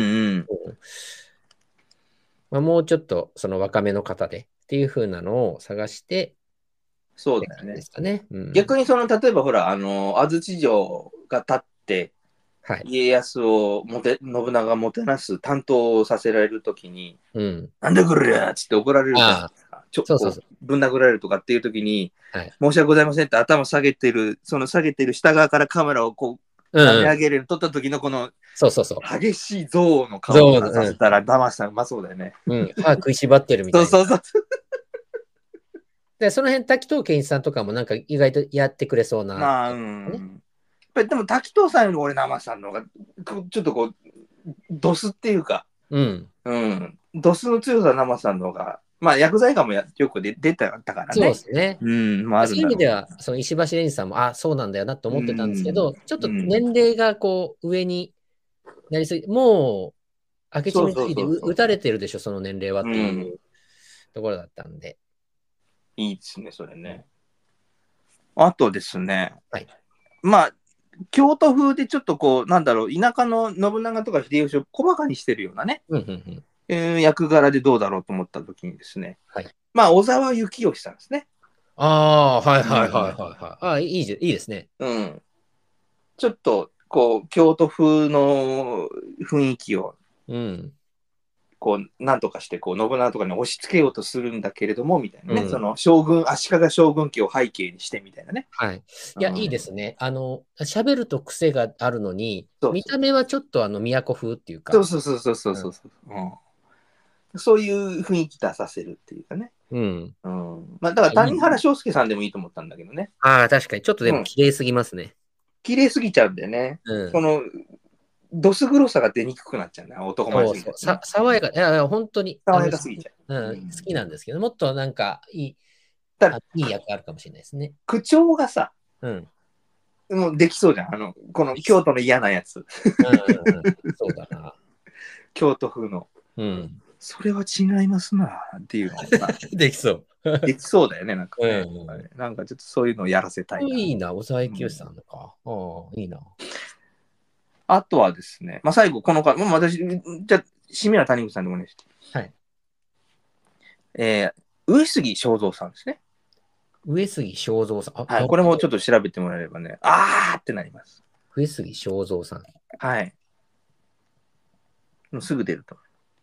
もうちょっとその若めの方でっていう風なのを探して、 そうだよね。逆に例えばほら、安土城が立って、家康を信長がもてなす担当をさせられるときに、なんで来るやっつって怒られるじゃないですか。ちょっとぶん殴られるとかっていうときに、申し訳ございませんって頭下げてる、下げてる下側からカメラをこう、投げ上げる、撮った時のこの、激しい象の顔をさせたら、騙したらうまそうだよね。 歯食いしばってるみたいな。そう。で、その辺、滝藤賢一さんとかもなんか意外とやってくれそうな。 まあ、でも滝藤さんより俺生さんの方が、ちょっとこう、ドスっていうか、ドスの強さ生さんの方が、まあ薬剤画もよく出たからね。 そうですね。そういう意味では、その石橋蓮司さんも、そうなんだよなと思ってたんですけど、ちょっと年齢がこう上になりすぎ、もう、明智光秀で打たれてるでしょ、その年齢はっていうところだったんで。 いいですね、それね。あとですね、まあ、京都風でちょっとこう、なんだろう、田舎の信長とか秀吉を小馬鹿にしてるようなね、役柄でどうだろうと思ったときにですね、まあ、小沢幸義さんですね。 いいですね。 ちょっと、こう、京都風の雰囲気を、こう、なんとかして、こう、信長とかに押し付けようとするんだけれども、みたいなね、その、足利将軍家を背景にしてみたいなね。 いや、いいですね。喋ると癖があるのに、見た目はちょっと都風っていうか。 そう。そういう雰囲気出させるっていうかね。まあ、だから谷原章介さんでもいいと思ったんだけどね。 確かに。ちょっとでも綺麗すぎますね。 綺麗すぎちゃうんだよね。この、どす黒さが出にくくなっちゃうんだよ、男前すぎて。 爽やか。いや、本当に。 爽やかすぎちゃう。好きなんですけど、もっとなんかいい役あるかもしれないですね。 口調がさ、もうできそうじゃん。この京都の嫌なやつ。 そうだな。 京都風の。それは違いますなっていうのができそう。 できそうだよね、なんかね。なんかちょっとそういうのをやらせたいな。 いいな、小沢清さんのか。いいな。 あとはですね、まあ、最後、このもう私、じゃあ、締めは谷口さんでもね。 はい。 上杉正蔵さんですね。 上杉正蔵さん。 はい、これもちょっと調べてもらえればね、あーってなります。 上杉正蔵さん。 はい。もうすぐ出ると。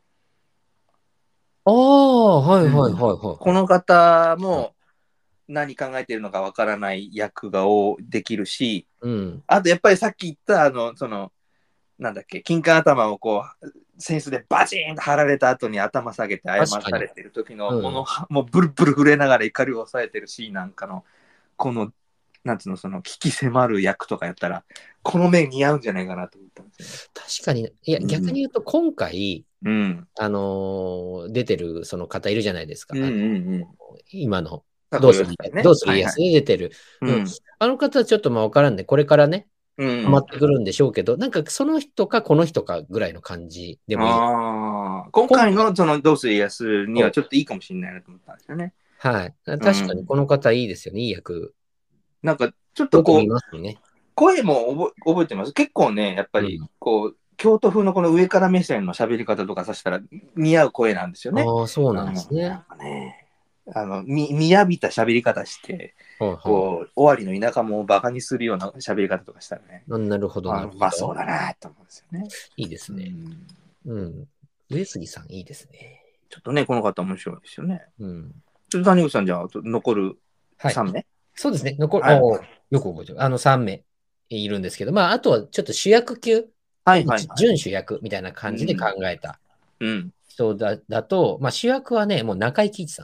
ああ、はいはいはいはい。 この方も何考えてるのかわからない役ができるし、あとやっぱりさっき言ったなんだっけ、金管頭をこう、センスでバチーンと張られた後に頭下げて謝られてる時の、もうブルブル震えながら怒りを抑えてるシーンなんかの、この、なんつうの、危機迫る役とかやったら、この目似合うんじゃないかなと思ったんですよね。 確かに、いや、逆に言うと今回、出てるその方いるじゃないですか。今の、どうする家康で出てる。あの方はちょっとまあ分からんで、これからね、ハマってくるんでしょうけど、なんかその人かこの人かぐらいの感じでもいい。 今回のどうする家康にはちょっといいかもしれないなと思ったんですよね。 はい。確かにこの方いいですよね、いい役。 なんかちょっとこう、声も覚えてます。結構ね、やっぱりこう、京都風のこの上から目線の喋り方とかさしたら似合う声なんですよね。 ああ、そうなんですね。 みやびた喋り方して、こう、終わりの田舎もバカにするような喋り方とかしたらね。 なるほど、なるほど。 まあそうだなと思うんですよね。 いいですね。上杉さんいいですね。 ちょっとね、この方面白いですよね。ちょっと谷口さんじゃあ、残る3名、 そうですね。よく覚えてる。3名いるんですけど、まあ、あとはちょっと主役級、準主役みたいな感じで考えた人だと、まあ、主役はね、もう中井貴一さん。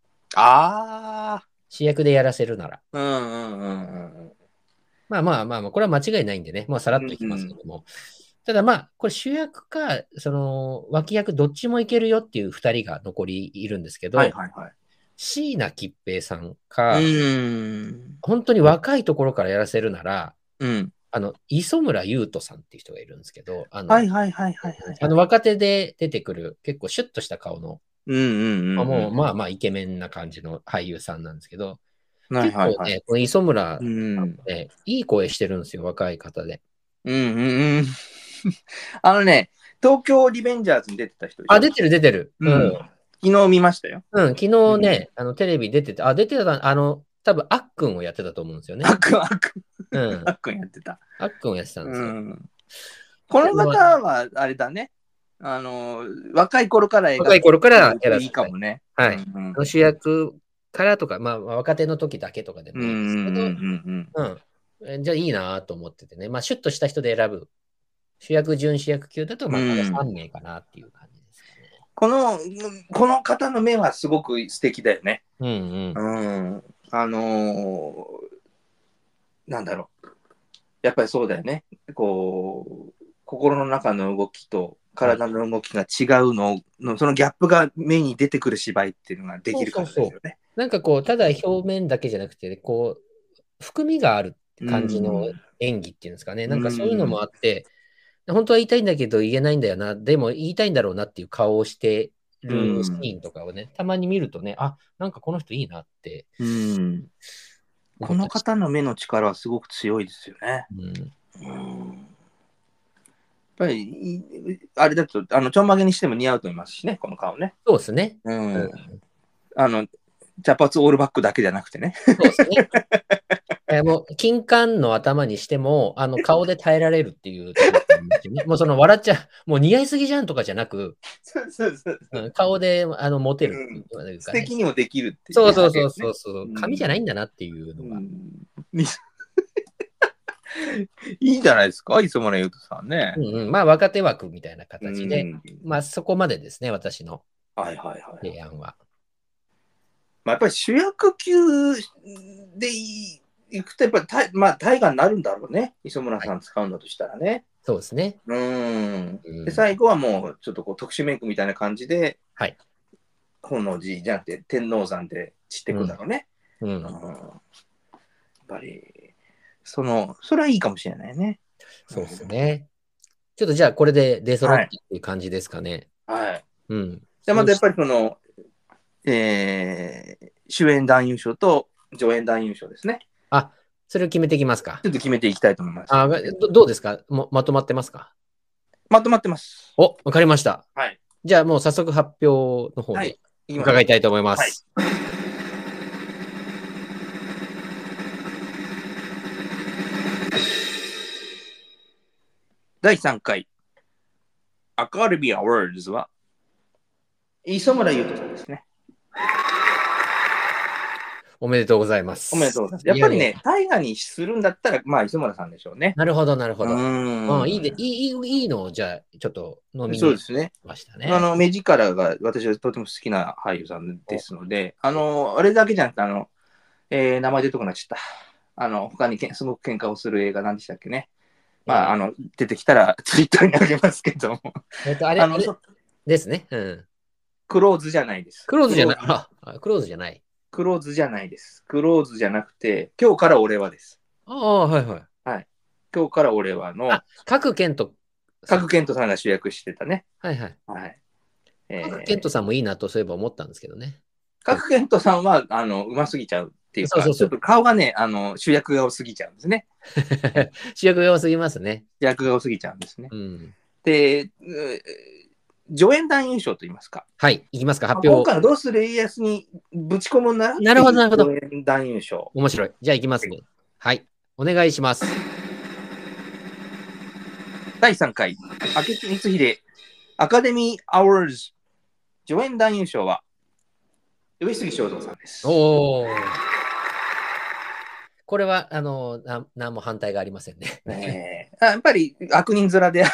主役でやらせるなら。まあまあまあ、これは間違いないんでね、もうさらっといきますけども。ただまあ、これ主役か、脇役どっちもいけるよっていう2人が残りいるんですけど、椎名桔平さんか、本当に若いところからやらせるなら、磯村優斗さんっていう人がいるんですけど、若手で出てくる結構シュッとした顔の、もうまあまあイケメンな感じの俳優さんなんですけど、結構ね、この磯村さんね、いい声してるんですよ、若い方で。 東京リベンジャーズに出てた人出てる出てる。 昨日見ましたよ。 昨日ね、テレビ出てた、出てた、多分あっくんをやってたと思うんですよね。 あっくんやってた。 あっくんをやってたんですよ。 この方は、あれだね。若い頃からやらいいかもね。 はい。主役からとか、まあ、若手の時だけとかでもいいですけど、じゃあいいなと思っててね。まあ、シュッとした人で選ぶ。主役、準主役級だと、まあ、3名かなっていう感じですかね。 この方の目はすごく素敵だよね。なんだろう。やっぱりそうだよね。こう、心の中の動きと体の動きが違うの、そのギャップが目に出てくる芝居っていうのができるからですよね。 なんかこう、ただ表面だけじゃなくて、こう、含みがある感じの演技っていうんですかね。なんかそういうのもあって、本当は言いたいんだけど言えないんだよな。でも言いたいんだろうなっていう顔をしてるシーンとかをね、たまに見るとね、なんかこの人いいなって。 この方の目の力はすごく強いですよね。やっぱり、あれだと、ちょんまげにしても似合うと思いますしね、この顔ね。 そうですね。 茶髪オールバックだけじゃなくてね。 そうですね。もう、金冠の頭にしても、顔で耐えられるっていうところ、もう笑っちゃう、もう似合いすぎじゃんとかじゃなく、顔でモテるっていう、 素敵にもできるっていう。 そう。髪じゃないんだなっていうのが。 いいんじゃないですか、磯村優斗さんね。 まあ、若手枠みたいな形で、まあ、そこまでですね、私の提案は。 やっぱり主役級でいくと、やっぱり大河になるんだろうね。磯村さん使うんだとしたらね。 そうですね。 で、最後はもう、ちょっとこう特殊メイクみたいな感じで、本能寺じゃなくて天王山で散っていくんだろうね。やっぱり、それはいいかもしれないね。 そうですね。ちょっとじゃあ、これで出揃ってっていう感じですかね。 じゃあまたやっぱり主演男優賞と助演男優賞ですね。 あ、それを決めていきますか。 ちょっと決めていきたいと思います。 どうですか？まとまってますか？ まとまってます。 わかりました。 はい。 じゃあもう早速発表の方に伺いたいと思います。はい。 第3回アカデミーアワードは磯村優斗さんですね。 おめでとうございます。 おめでとうございます。やっぱりね、大河にするんだったら、まあ、磯村さんでしょうね。 なるほど、なるほど。いいのを、じゃあ、ちょっと飲みにましたね。 目力が私はとても好きな俳優さんですので、あれだけじゃなくて、名前出てこなくなっちゃった。他にすごく喧嘩をする映画なんでしたっけね。まあ、出てきたらツイッターにあげますけども。 あれですね。 クローズじゃないです。 クローズじゃない。クローズじゃない。 クローズじゃないです。クローズじゃなくて、今日から俺はです。 はいはい。 はい。今日から俺はの。 賀来賢人さんが主役してたね。 はいはい。賀来賢人さんもいいなとそういえば思ったんですけどね。 賀来賢人さんは、うますぎちゃうっていうか、ちょっと顔がね、主役が多すぎちゃうんですね。 主役が多すぎますね。 主役が多すぎちゃうんですね。で、助演男優賞と言いますか。 はい、いきますか、発表。 今回のどうする家康にぶち込むなら、 なるほど、なるほど。 助演男優賞。 面白い。じゃあいきますね。はい、お願いします。 第3回、明智光秀アカデミーアワード助演男優賞は、上杉正三さんです。 おー。これは、何も反対がありませんね。やっぱり悪人面で。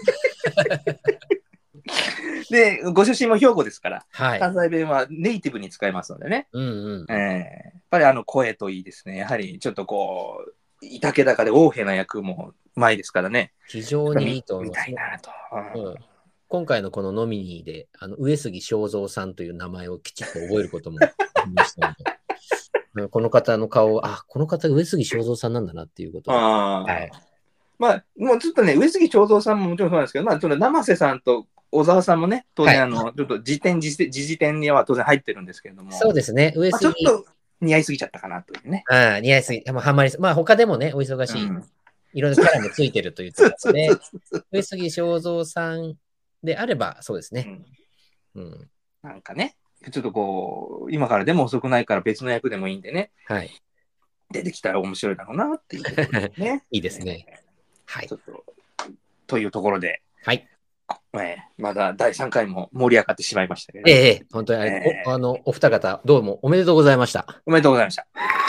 で、ご出身も兵庫ですから、関西弁はネイティブに使えますのでね。やっぱり声といいですね。やはりちょっとこう、いたけだかで横柄な役もうまいですからね。 非常にいいと思います。みたいなと。 今回のこのノミニーで、上杉正三さんという名前をきちっと覚えることもできましたので、この方の顔、この方上杉正三さんなんだなっていうことで。 まあ、もうちょっとね、上杉正三さんももちろんそうなんですけど、まあ、生瀬さんと小沢さんもね、当然、ちょっと時事点には当然入ってるんですけれども。 そうですね、 上杉。ちょっと似合いすぎちゃったかなというね。 似合いすぎ、はまり、まあ、他でもね、お忙しい、いろんなキャラもついてるということで、上杉正三さんであれば、そうですね。 なんかね、ちょっとこう、今からでも遅くないから別の役でもいいんでね。出てきたら面白いだろうなっていうところですね。 いいですね。はい。 ちょっというところで、 はい。 まだ第3回も盛り上がってしまいましたけど、 本当にお二方、どうもおめでとうございました。 おめでとうございました。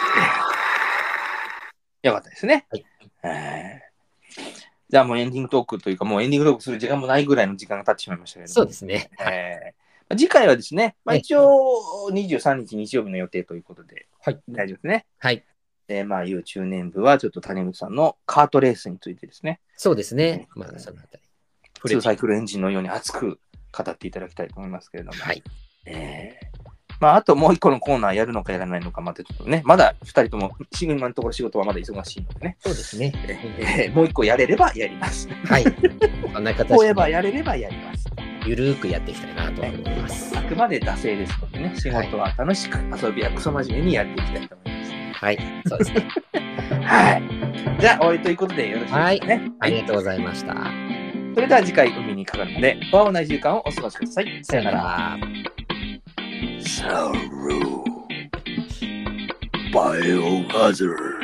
よかったですね。じゃあもうエンディングトークというか、もうエンディングトークする時間もないぐらいの時間が経ってしまいましたけど、 そうですね。 次回はですね、一応23日日曜日の予定ということで、大丈夫ですね。 はい。 で、いう中年部はちょっと谷口さんのカートレースについてですね。 そうですね。そのあたり。 2サイクルエンジンのように熱く語っていただきたいと思いますけれども。 はい。 あともう一個のコーナーやるのかやらないのか、またちょっとね、まだ2人とも、今のところ仕事はまだ忙しいのでね。 そうですね。 もう一個やれればやります。 はい。そんな形で。 こうやばやれればやります。 ゆるーくやっていきたいなと思います。 あくまで惰性ですのでね、仕事は楽しく、遊びはクソ真面目にやっていきたいと思います。 はい、そうですね。 はい。じゃあ、終わりということでよろしいですかね。 ありがとうございました。 それでは次回海にかかるので、不安ない時間をお過ごしください。さよなら。Saru Biohazard